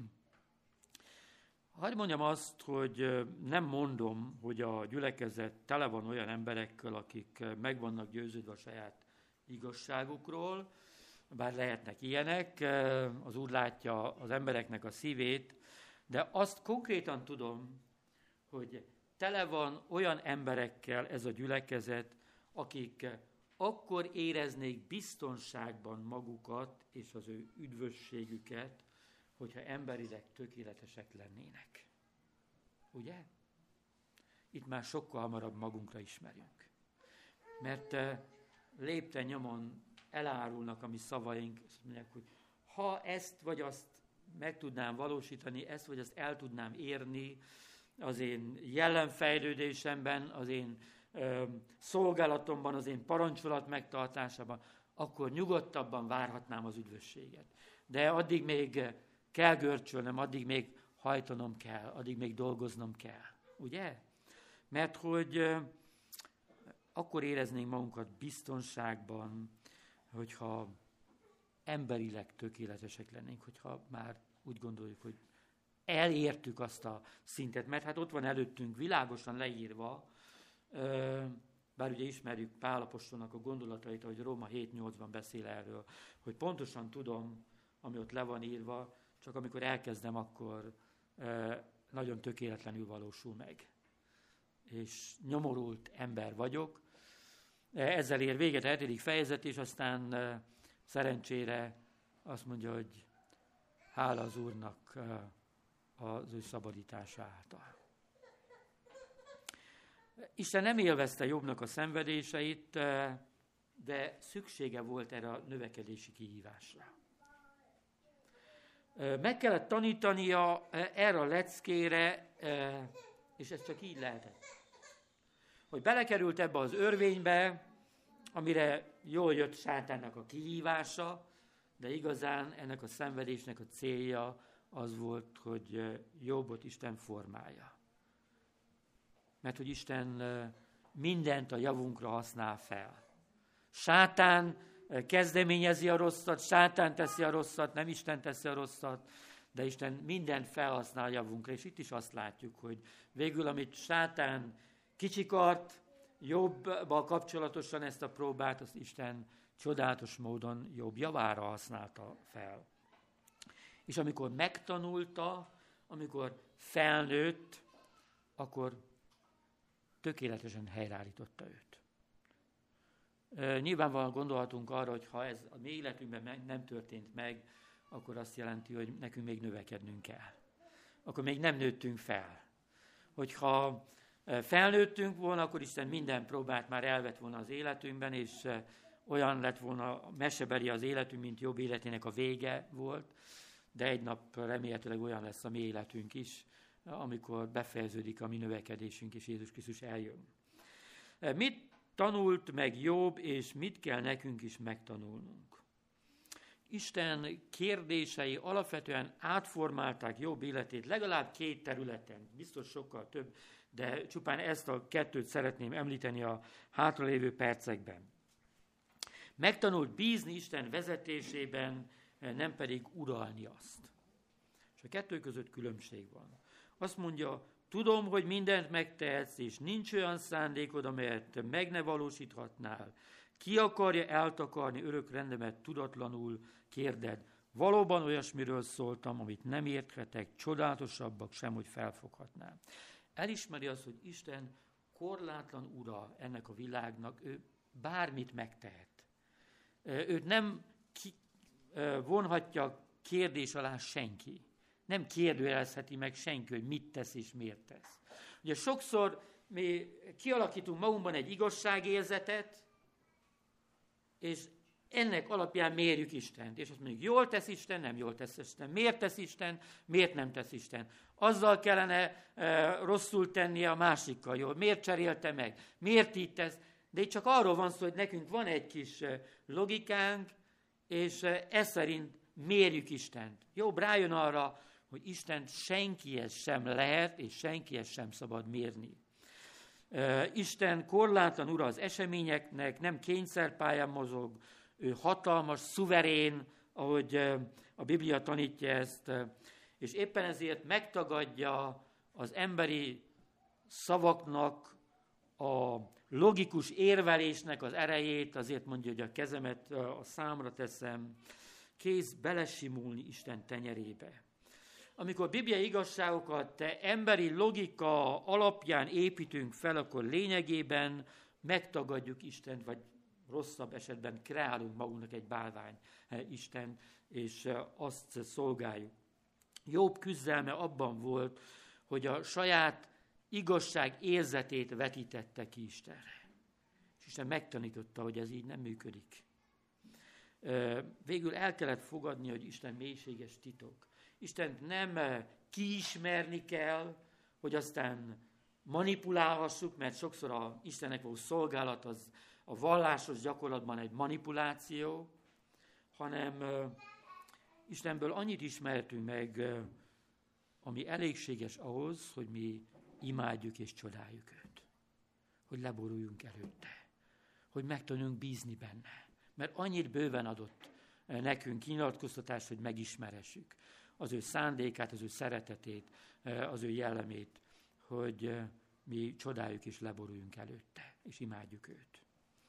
Hadd mondjam azt, hogy nem mondom, hogy a gyülekezet tele van olyan emberekkel, akik meg vannak győződve a saját igazságukról, bár lehetnek ilyenek, az Úr látja az embereknek a szívét, de azt konkrétan tudom, hogy tele van olyan emberekkel ez a gyülekezet, akik akkor éreznék biztonságban magukat és az ő üdvösségüket, hogyha emberileg tökéletesek lennének. Ugye? Itt már sokkal hamarabb magunkra ismerünk. Mert lépten nyomon elárulnak a mi szavaink, és mondják, hogy ha ezt vagy azt meg tudnám valósítani, ezt vagy azt el tudnám érni az én jellemfejlődésemben, az én szolgálatomban, az én parancsolat megtartásában, akkor nyugodtabban várhatnám az üdvösséget. De addig még kell görcsölnöm, addig még hajtanom kell, addig még dolgoznom kell. Ugye? Mert hogy akkor éreznénk magunkat biztonságban, hogyha emberileg tökéletesek lennénk, hogyha már úgy gondoljuk, hogy elértük azt a szintet, mert hát ott van előttünk világosan leírva, bár ugye ismerjük Pál apostolnak a gondolatait, ahogy Róma 7:8-ban beszél erről, hogy pontosan tudom, ami ott le van írva, csak amikor elkezdem, akkor nagyon tökéletlenül valósul meg. És nyomorult ember vagyok. Ezzel ér véget a 7. fejezet, és aztán szerencsére azt mondja, hogy hála az Úrnak az ő szabadítása által. Isten nem élvezte Jobbnak a szenvedéseit, de szüksége volt erre a növekedési kihívásra. Meg kellett tanítania erre a leckére, és ez csak így lehetett. Hogy belekerült ebbe az örvénybe, amire jól jött sátánnak a kihívása, de igazán ennek a szenvedésnek a célja az volt, hogy Jobbot Isten formálja. Mert hogy Isten mindent a javunkra használ fel. Sátán kezdeményezi a rosszat, sátán teszi a rosszat, nem Isten teszi a rosszat, de Isten mindent felhasznál a javunkra, és itt is azt látjuk, hogy végül, amit sátán kicsikart, Jobbal kapcsolatosan ezt a próbát, azt Isten csodálatos módon Jobb javára használta fel. És amikor megtanulta, amikor felnőtt, akkor tökéletesen helyreállította őt. Nyilvánvalóan gondolhatunk arra, hogy ha ez a mi életünkben nem történt meg, akkor azt jelenti, hogy nekünk még növekednünk kell. Akkor még nem nőttünk fel. Hogyha felnőttünk volna, akkor Isten minden próbát már elvett volna az életünkben, és olyan lett volna mesebeli az életünk, mint Jobb életének a vége volt, de egy nap remélhetőleg olyan lesz a mi életünk is, amikor befejeződik a mi növekedésünk, és Jézus Krisztus eljön. Mit tanult meg Jobb, és mit kell nekünk is megtanulnunk? Isten kérdései alapvetően átformálták Jobb életét legalább 2 területen, biztos sokkal több, de csupán ezt a kettőt szeretném említeni a hátralévő percekben. Megtanult bízni Isten vezetésében, nem pedig uralni azt. És a kettő között különbség van. Azt mondja, tudom, hogy mindent megtehetsz, és nincs olyan szándékod, amelyet meg ne valósíthatnál. Ki akarja eltakarni örök rendemet tudatlanul, kérded. Valóban olyasmiről szóltam, amit nem érthetek, csodálatosabbak sem, hogy felfoghatnám. Elismeri azt, hogy Isten korlátlan ura ennek a világnak, ő bármit megtehet. Őt nem vonhatja kérdés alá senki. Nem kérdőjelezheti meg senki, hogy mit tesz és miért tesz. Ugye sokszor mi kialakítunk magunkban egy igazságérzetet, és ennek alapján mérjük Istent. És azt mondjuk, jól tesz Isten, nem jól tesz Isten. Miért tesz Isten, miért nem tesz Isten. Azzal kellene rosszul tennie, a másikkal jól. Miért cserélte meg? Miért így tesz? De itt csak arról van szó, hogy nekünk van egy kis logikánk, és ez szerint mérjük Istent. Jobb rájön arra, hogy Istent senkihez sem lehet, és senkihez sem szabad mérni. Isten korlátlan ura az eseményeknek, nem kényszerpályán mozog, ő hatalmas, szuverén, ahogy a Biblia tanítja ezt, és éppen ezért megtagadja az emberi szavaknak, a logikus érvelésnek az erejét, azért mondja, hogy a kezemet a számra teszem, kész belesimulni Isten tenyerébe. Amikor bibliai igazságokat emberi logika alapján építünk fel, akkor lényegében megtagadjuk Istent, vagy rosszabb esetben kreálunk magunknak egy bálvány Isten, és azt szolgáljuk. Jobb küzdelme abban volt, hogy a saját igazság érzetét vetítette ki Istenre. És Isten megtanította, hogy ez így nem működik. Végül el kellett fogadni, hogy Isten mélységes titok. Istent nem kiismerni kell, hogy aztán manipulálhassuk, mert sokszor a Istennek való szolgálat az a vallásos gyakorlatban egy manipuláció, hanem Istenből annyit ismertünk meg, ami elégséges ahhoz, hogy mi imádjuk és csodáljuk őt. Hogy leboruljunk előtte. Hogy megtanuljunk bízni benne. Mert annyit bőven adott nekünk nyilatkoztatást, hogy megismeressük az ő szándékát, az ő szeretetét, az ő jellemét, hogy mi csodáljuk és leboruljunk előtte, és imádjuk őt.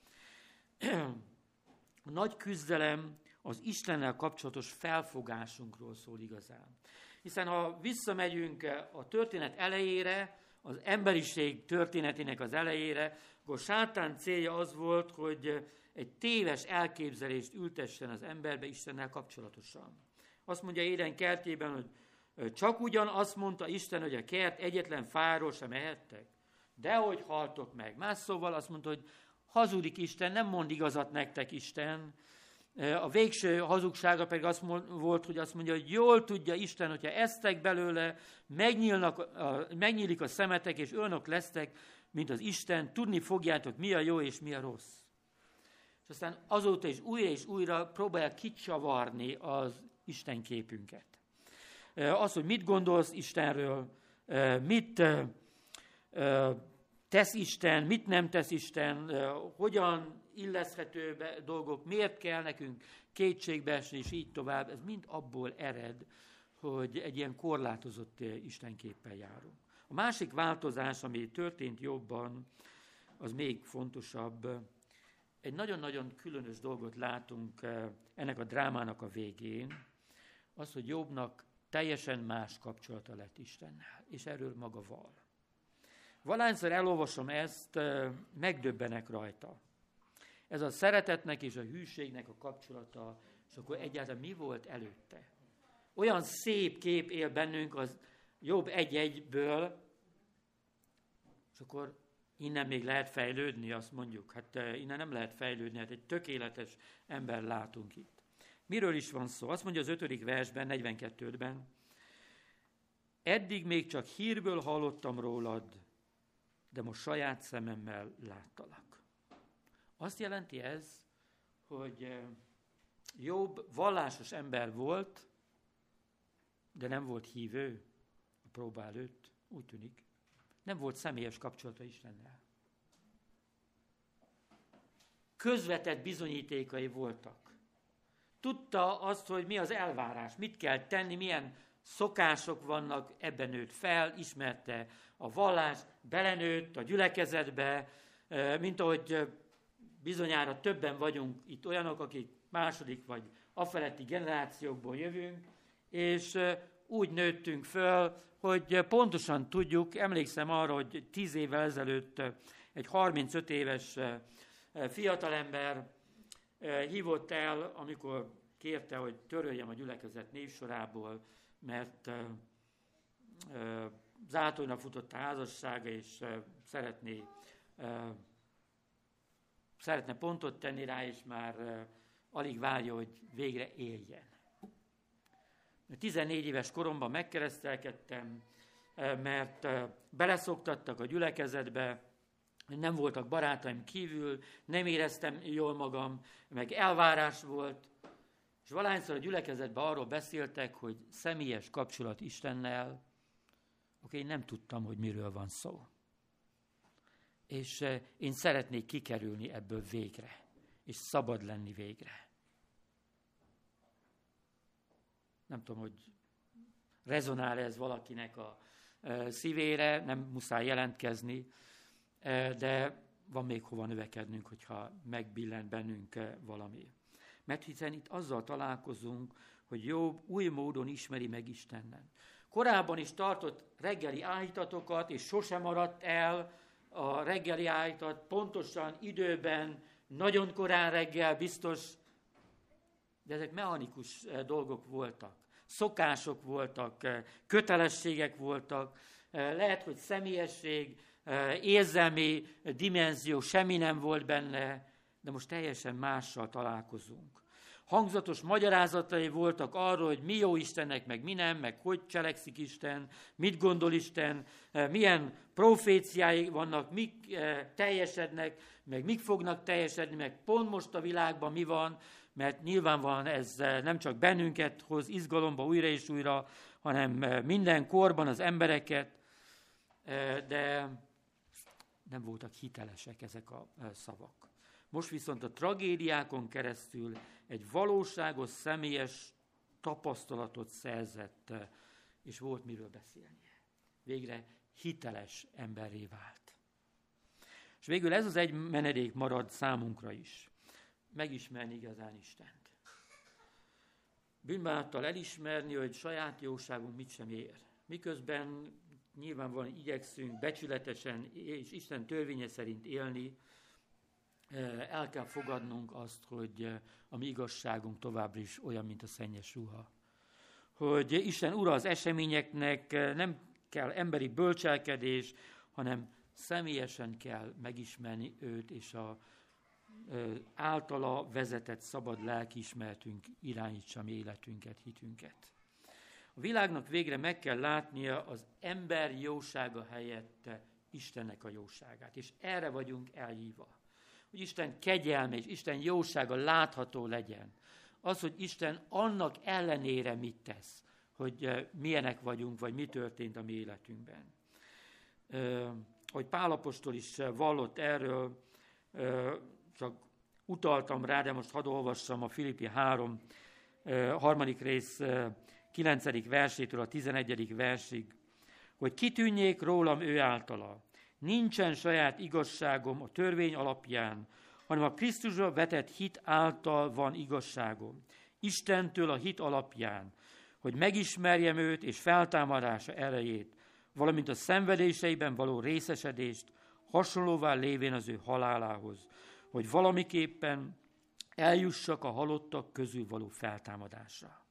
A nagy küzdelem az Istennel kapcsolatos felfogásunkról szól igazán. Hiszen ha visszamegyünk a történet elejére, az emberiség történetének az elejére, akkor sátán célja az volt, hogy egy téves elképzelést ültessen az emberbe Istennel kapcsolatosan. Azt mondja Éden kertjében, hogy csak ugyan azt mondta Isten, hogy a kert egyetlen fáról sem ehettek. Dehogy haltok meg. Más szóval azt mondta, hogy hazudik Isten, nem mond igazat nektek Isten. A végső hazugsága pedig az volt, hogy azt mondja, hogy jól tudja Isten, hogyha esztek belőle, megnyílik a szemetek, és olyanok lesztek, mint az Isten, tudni fogjátok, mi a jó és mi a rossz. És aztán azóta is újra próbálják kicsavarni az Isten képünket. Az, hogy mit gondolsz Istenről, mit tesz Isten, mit nem tesz Isten, hogyan illeszthető be dolgok, miért kell nekünk kétségbe esni, és így tovább. Ez mind abból ered, hogy egy ilyen korlátozott istenképpel járunk. A másik változás, ami történt Jobbban, az még fontosabb. Egy nagyon-nagyon különös dolgot látunk ennek a drámának a végén, az, hogy Jobbnak teljesen más kapcsolata lett Istennel, és erről maga val. Valahányszor elolvasom ezt, megdöbbenek rajta. Ez a szeretetnek és a hűségnek a kapcsolata, és akkor egyáltalán mi volt előtte? Olyan szép kép él bennünk az Jobb 1:1-ből, és akkor innen még lehet fejlődni, azt mondjuk. Hát innen nem lehet fejlődni, hát egy tökéletes ember látunk itt. Miről is van szó? Azt mondja az 5. versben, 42-ben, eddig még csak hírből hallottam rólad, de most saját szememmel láttalak. Azt jelenti ez, hogy Jobb vallásos ember volt, de nem volt hívő a próba előtt, úgy tűnik. Nem volt személyes kapcsolata Istennel. Közvetett bizonyítékai voltak. Tudta azt, hogy mi az elvárás, mit kell tenni, milyen szokások vannak, ebben nőtt fel, ismerte a vallást, belenőtt a gyülekezetbe, mint ahogy bizonyára többen vagyunk itt olyanok, akik második vagy afeletti generációkból jövünk, és úgy nőttünk föl, hogy pontosan tudjuk, emlékszem arra, hogy 10 évvel ezelőtt egy 35 éves fiatalember hívott el, amikor kérte, hogy töröljem a gyülekezet névsorából, mert zátonyra futott a házassága, és szeretne pontot tenni rá, és már alig várja, hogy végre éljen. 14 éves koromban megkeresztelkedtem, mert beleszoktattak a gyülekezetbe, nem voltak barátaim kívül, nem éreztem jól magam, meg elvárás volt, és valahányszor a gyülekezetben arról beszéltek, hogy személyes kapcsolat Istennel, én nem tudtam, hogy miről van szó. És én szeretnék kikerülni ebből végre, és szabad lenni végre. Nem tudom, hogy rezonál ez valakinek a szívére, nem muszáj jelentkezni, de van még hova növekednünk, hogyha megbillent bennünk valami. Mert hiszen itt azzal találkozunk, hogy Jobb új módon ismeri meg Istennen. Korábban is tartott reggeli áhítatokat, és sosem maradt el a reggeli áhítat, pontosan időben, nagyon korán reggel, biztos, de ezek mechanikus dolgok voltak. Szokások voltak, kötelességek voltak, lehet, hogy személyesség, érzelmi dimenzió, semmi nem volt benne, de most teljesen mással találkozunk. Hangzatos magyarázatai voltak arról, hogy mi jó Istennek, meg mi nem, meg hogy cselekszik Isten, mit gondol Isten, milyen proféciái vannak, mik teljesednek, meg mik fognak teljesedni, meg pont most a világban mi van, mert nyilvánvalóan ez nem csak bennünket hoz izgalomba újra és újra, hanem minden korban az embereket, de nem voltak hitelesek ezek a szavak. Most viszont a tragédiákon keresztül egy valóságos, személyes tapasztalatot szerzett, és volt miről beszélnie. Végre hiteles emberré vált. És végül ez az egy menedék marad számunkra is. Megismerni igazán Istent. Bűnbánattal elismerni, hogy saját jóságunk mit sem ér. Miközben nyilvánvalóan igyekszünk becsületesen és Isten törvénye szerint élni, el kell fogadnunk azt, hogy a mi igazságunk továbbra is olyan, mint a szennyes ruha. Hogy Isten ura az eseményeknek, nem kell emberi bölcselkedés, hanem személyesen kell megismerni őt, és általa vezetett szabad lelkiismeretünk irányítsa mi életünket, hitünket. A világnak végre meg kell látnia az ember jósága helyett Istennek a jóságát, és erre vagyunk elhívva. Hogy Isten kegyelme és Isten jósága látható legyen. Az, hogy Isten annak ellenére mit tesz, hogy milyenek vagyunk, vagy mi történt a mi életünkben. Ahogy Pál apostol is vallott erről, csak utaltam rá, de most hadd olvassam a Filippi 3. harmadik rész 9. versétől a 11. versig, hogy kitűnjék rólam ő általa. Nincsen saját igazságom a törvény alapján, hanem a Krisztusra vetett hit által van igazságom. Istentől a hit alapján, hogy megismerjem őt és feltámadása erejét, valamint a szenvedéseiben való részesedést, hasonlóvá lévén az ő halálához, hogy valamiképpen eljussak a halottak közül való feltámadásra.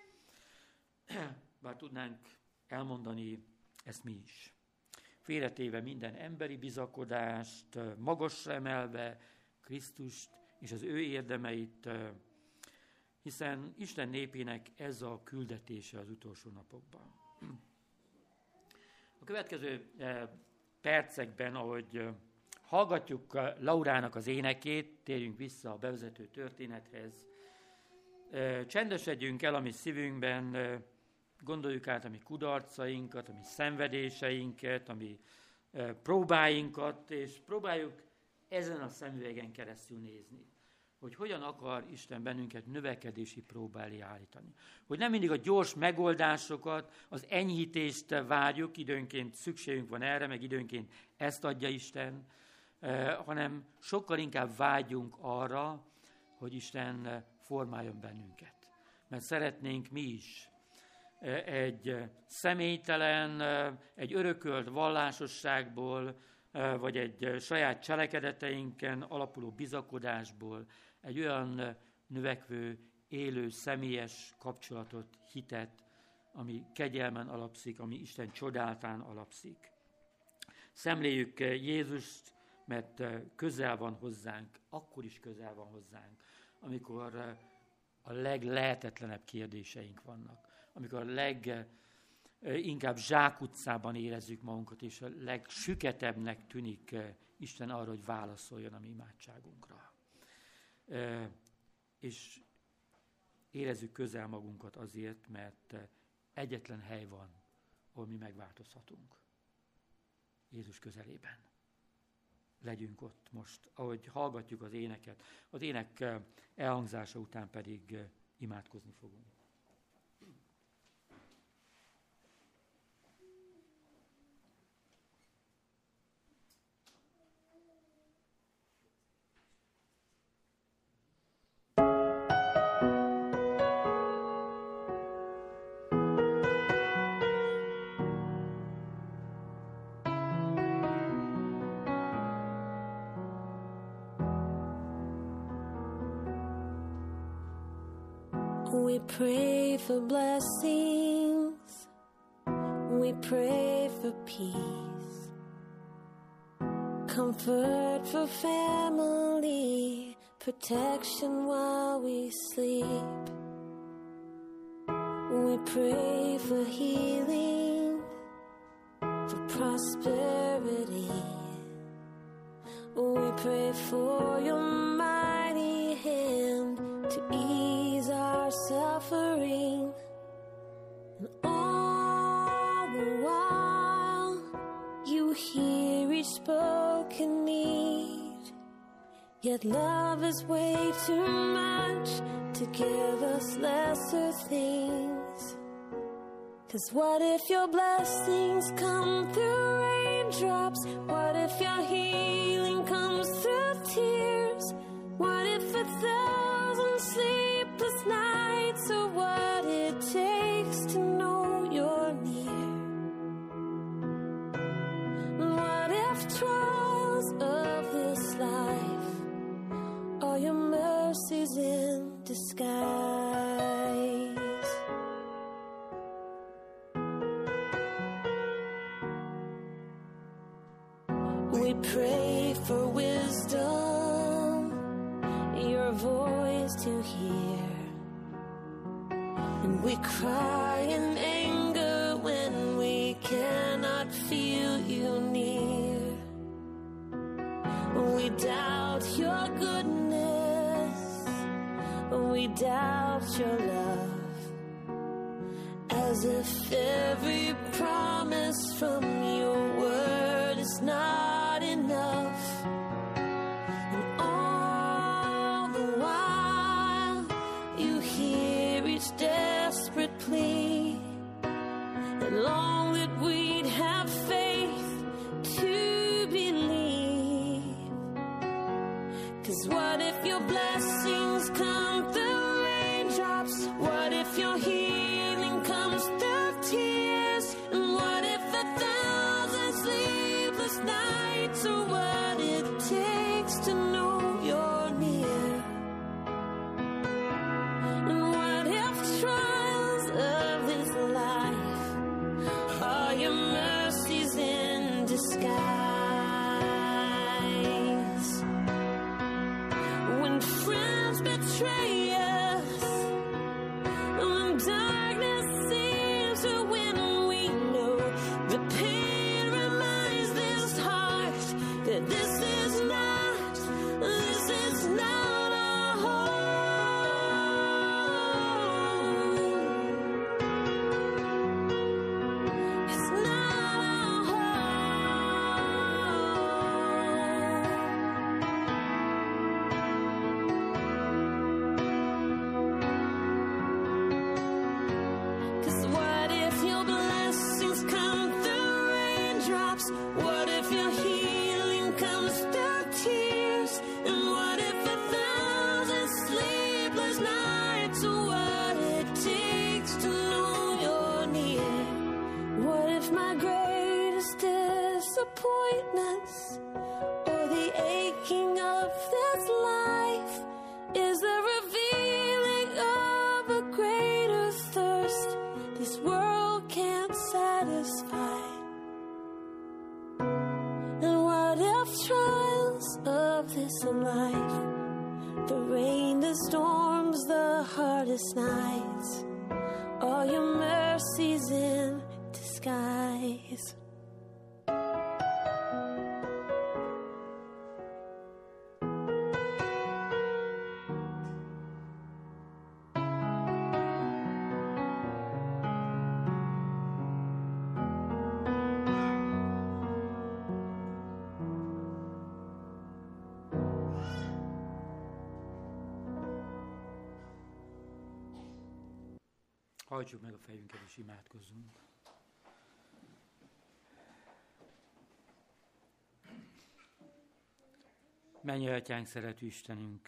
Bár tudnánk elmondani ezt mi is. Félretéve minden emberi bizakodást, magasra emelve Krisztust és az ő érdemeit, hiszen Isten népének ez a küldetése az utolsó napokban. A következő percekben, ahogy hallgatjuk Laurának az énekét, térjünk vissza a bevezető történethez, csendesedjünk el a mi szívünkben, gondoljuk át a mi kudarcainkat, a mi szenvedéseinket, a mi próbáinkat, és próbáljuk ezen a szemüvegen keresztül nézni, hogy hogyan akar Isten bennünket növekedési próba elé állítani. Hogy nem mindig a gyors megoldásokat, az enyhítést várjuk, időnként szükségünk van erre, meg időnként ezt adja Isten, hanem sokkal inkább vágyjunk arra, hogy Isten formáljon bennünket. Mert szeretnénk mi is egy személytelen, egy örökölt vallásosságból, vagy egy saját cselekedeteinken alapuló bizakodásból egy olyan növekvő, élő, személyes kapcsolatot, hitet, ami kegyelmen alapszik, ami Isten csodáltán alapszik. Szemléljük Jézust, mert közel van hozzánk, akkor is közel van hozzánk, amikor a leglehetetlenebb kérdéseink vannak, amikor a leginkább zsákutcában érezzük magunkat, és a legsüketebbnek tűnik Isten arra, hogy válaszoljon a mi imádságunkra. És érezzük közel magunkat azért, mert egyetlen hely van, ahol mi megváltozhatunk. Jézus közelében. Legyünk ott most, ahogy hallgatjuk az éneket. Az ének elhangzása után pedig imádkozni fogunk. We pray for blessings, we pray for peace, comfort for family, protection while we sleep. We pray for healing, for prosperity. We pray for your mighty hand to ease our suffering, and all the while you hear each spoken need. Yet love is way too much to give us lesser things. 'Cause what if your blessings come through raindrops? What if your healing comes through tears? What if 1,000 sleepless nights are what it takes to know you're near? What if trials of this life are your mercies in disguise? We pray for wisdom, your voice to hear, and we cry in anger when we cannot feel you near. We doubt your goodness, we doubt your love, as if every promise from your word is not enough. And all the while you hear each desperate plea, and long that we'd have faith to believe. 'Cause what if your blessings come through raindrops? What if your healing comes through tears? And what if 1,000 sleepless nights are what it takes to know you're near? And what if trials of this life are your mercies in disguise? When friends betray us, when darkness seems to win, we know the pain reminds this heart that this is not our home. It's not our home. of this in life. The rain, the storms, the hardest nights. All your mercies in disguise. Hajtsuk meg a fejünket és imádkozzunk. Mennyei Atyánk, szerető Istenünk,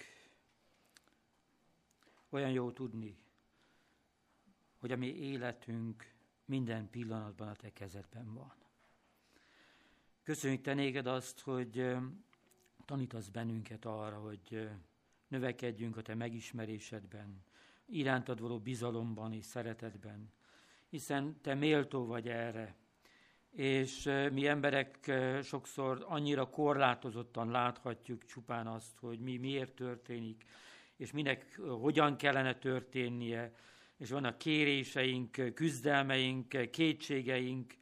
olyan jó tudni, hogy a mi életünk minden pillanatban a Te kezedben van. Köszönjük Te néged azt, hogy tanítasz bennünket arra, hogy növekedjünk a Te megismerésedben, irántad való bizalomban és szeretetben, hiszen Te méltó vagy erre, és mi emberek sokszor annyira korlátozottan láthatjuk csupán azt, hogy mi miért történik, és minek hogyan kellene történnie, és vannak kéréseink, küzdelmeink, kétségeink,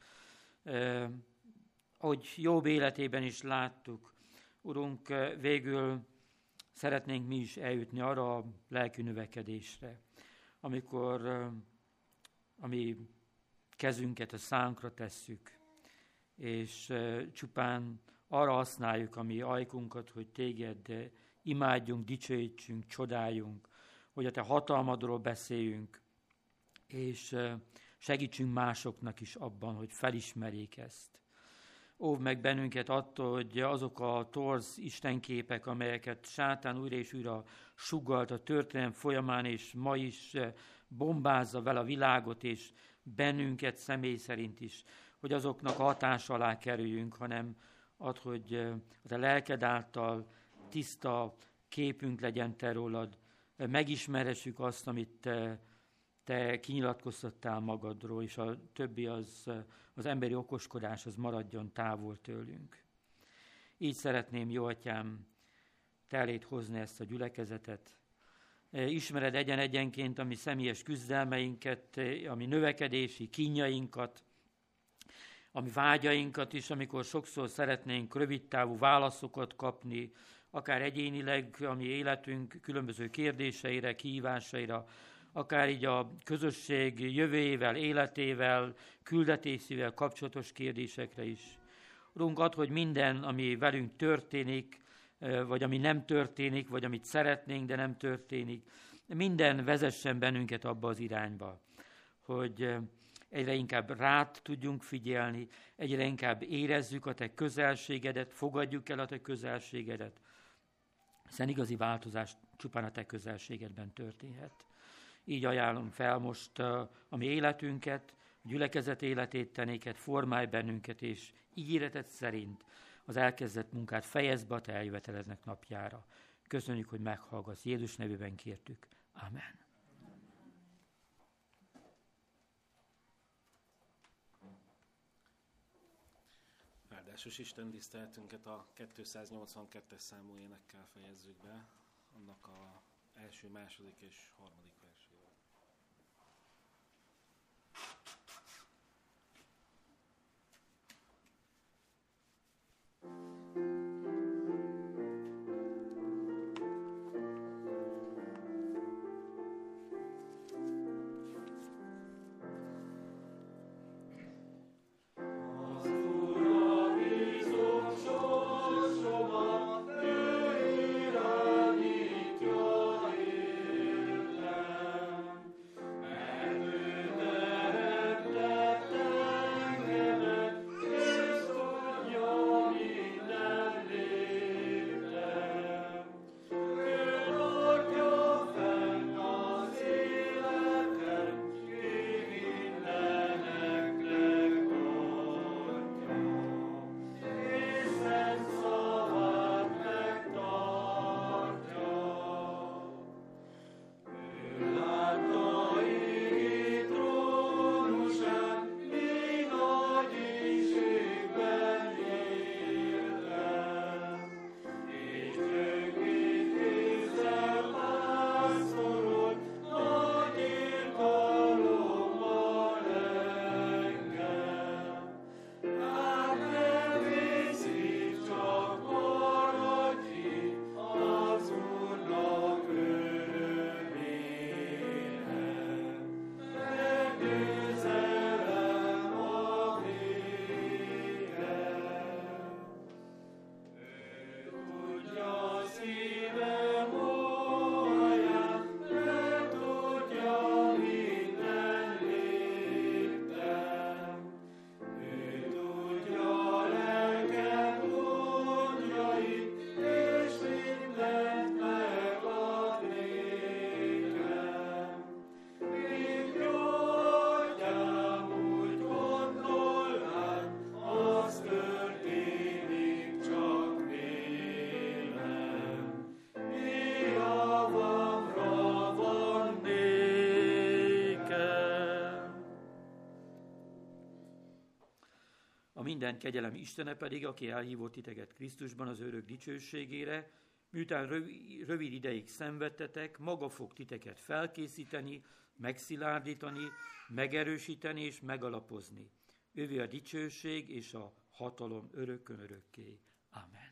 ahogy Jobb életében is láttuk. Urunk, végül szeretnénk mi is eljutni arra a lelki növekedésre, amikor a mi kezünket a szánkra tesszük, és csupán arra használjuk a mi ajkunkat, hogy Téged imádjunk, dicsőítsünk, csodáljunk, hogy a Te hatalmadról beszéljünk, és segítsünk másoknak is abban, hogy felismerjék ezt. Óvd meg bennünket attól, hogy azok a torz istenképek, amelyeket sátán újra és újra sugalt a történelem folyamán, és ma is bombázza vele a világot, és bennünket személy szerint is, hogy azoknak hatása alá kerüljünk, hanem add, hogy a Te lelked által tiszta képünk legyen Te rólad, megismerhessük azt, amit Te kinyilatkoztattál magadról, és a többi az emberi okoskodás, az maradjon távol tőlünk. Így szeretném, jó Atyám, Te eléd hozni ezt a gyülekezetet. Ismered egyenként a mi személyes küzdelmeinket, a mi növekedési kínjainkat, a mi vágyainkat is, amikor sokszor szeretnénk rövidtávú válaszokat kapni, akár egyénileg a mi életünk különböző kérdéseire, kihívásaira, akár így a közösség jövőjével, életével, küldetésével kapcsolatos kérdésekre is. Urunk, add, hogy minden, ami velünk történik, vagy ami nem történik, vagy amit szeretnénk, de nem történik, minden vezessen bennünket abba az irányba, hogy egyre inkább rád tudjunk figyelni, egyre inkább érezzük a Te közelségedet, fogadjuk el a Te közelségedet, hiszen igazi változás csupán a Te közelségedben történhet. Így ajánlom fel most a mi életünket, a gyülekezet életét, Te néked formálj bennünket, és ígéreted szerint az elkezdett munkát fejezd be a Te eljövetelednek napjára. Köszönjük, hogy meghallgatsz. Jézus nevében kértük. Amen. Áldásos Isten tiszteletünket a 282-es számú énekkel fejezzük be, annak a első, második és harmadik versével. Yeah. minden kegyelem Istene pedig, aki elhívott titeket Krisztusban az örök dicsőségére, miután rövid ideig szenvedtetek, maga fog titeket felkészíteni, megszilárdítani, megerősíteni és megalapozni. Ővé a dicsőség és a hatalom örökkön örökké. Amen.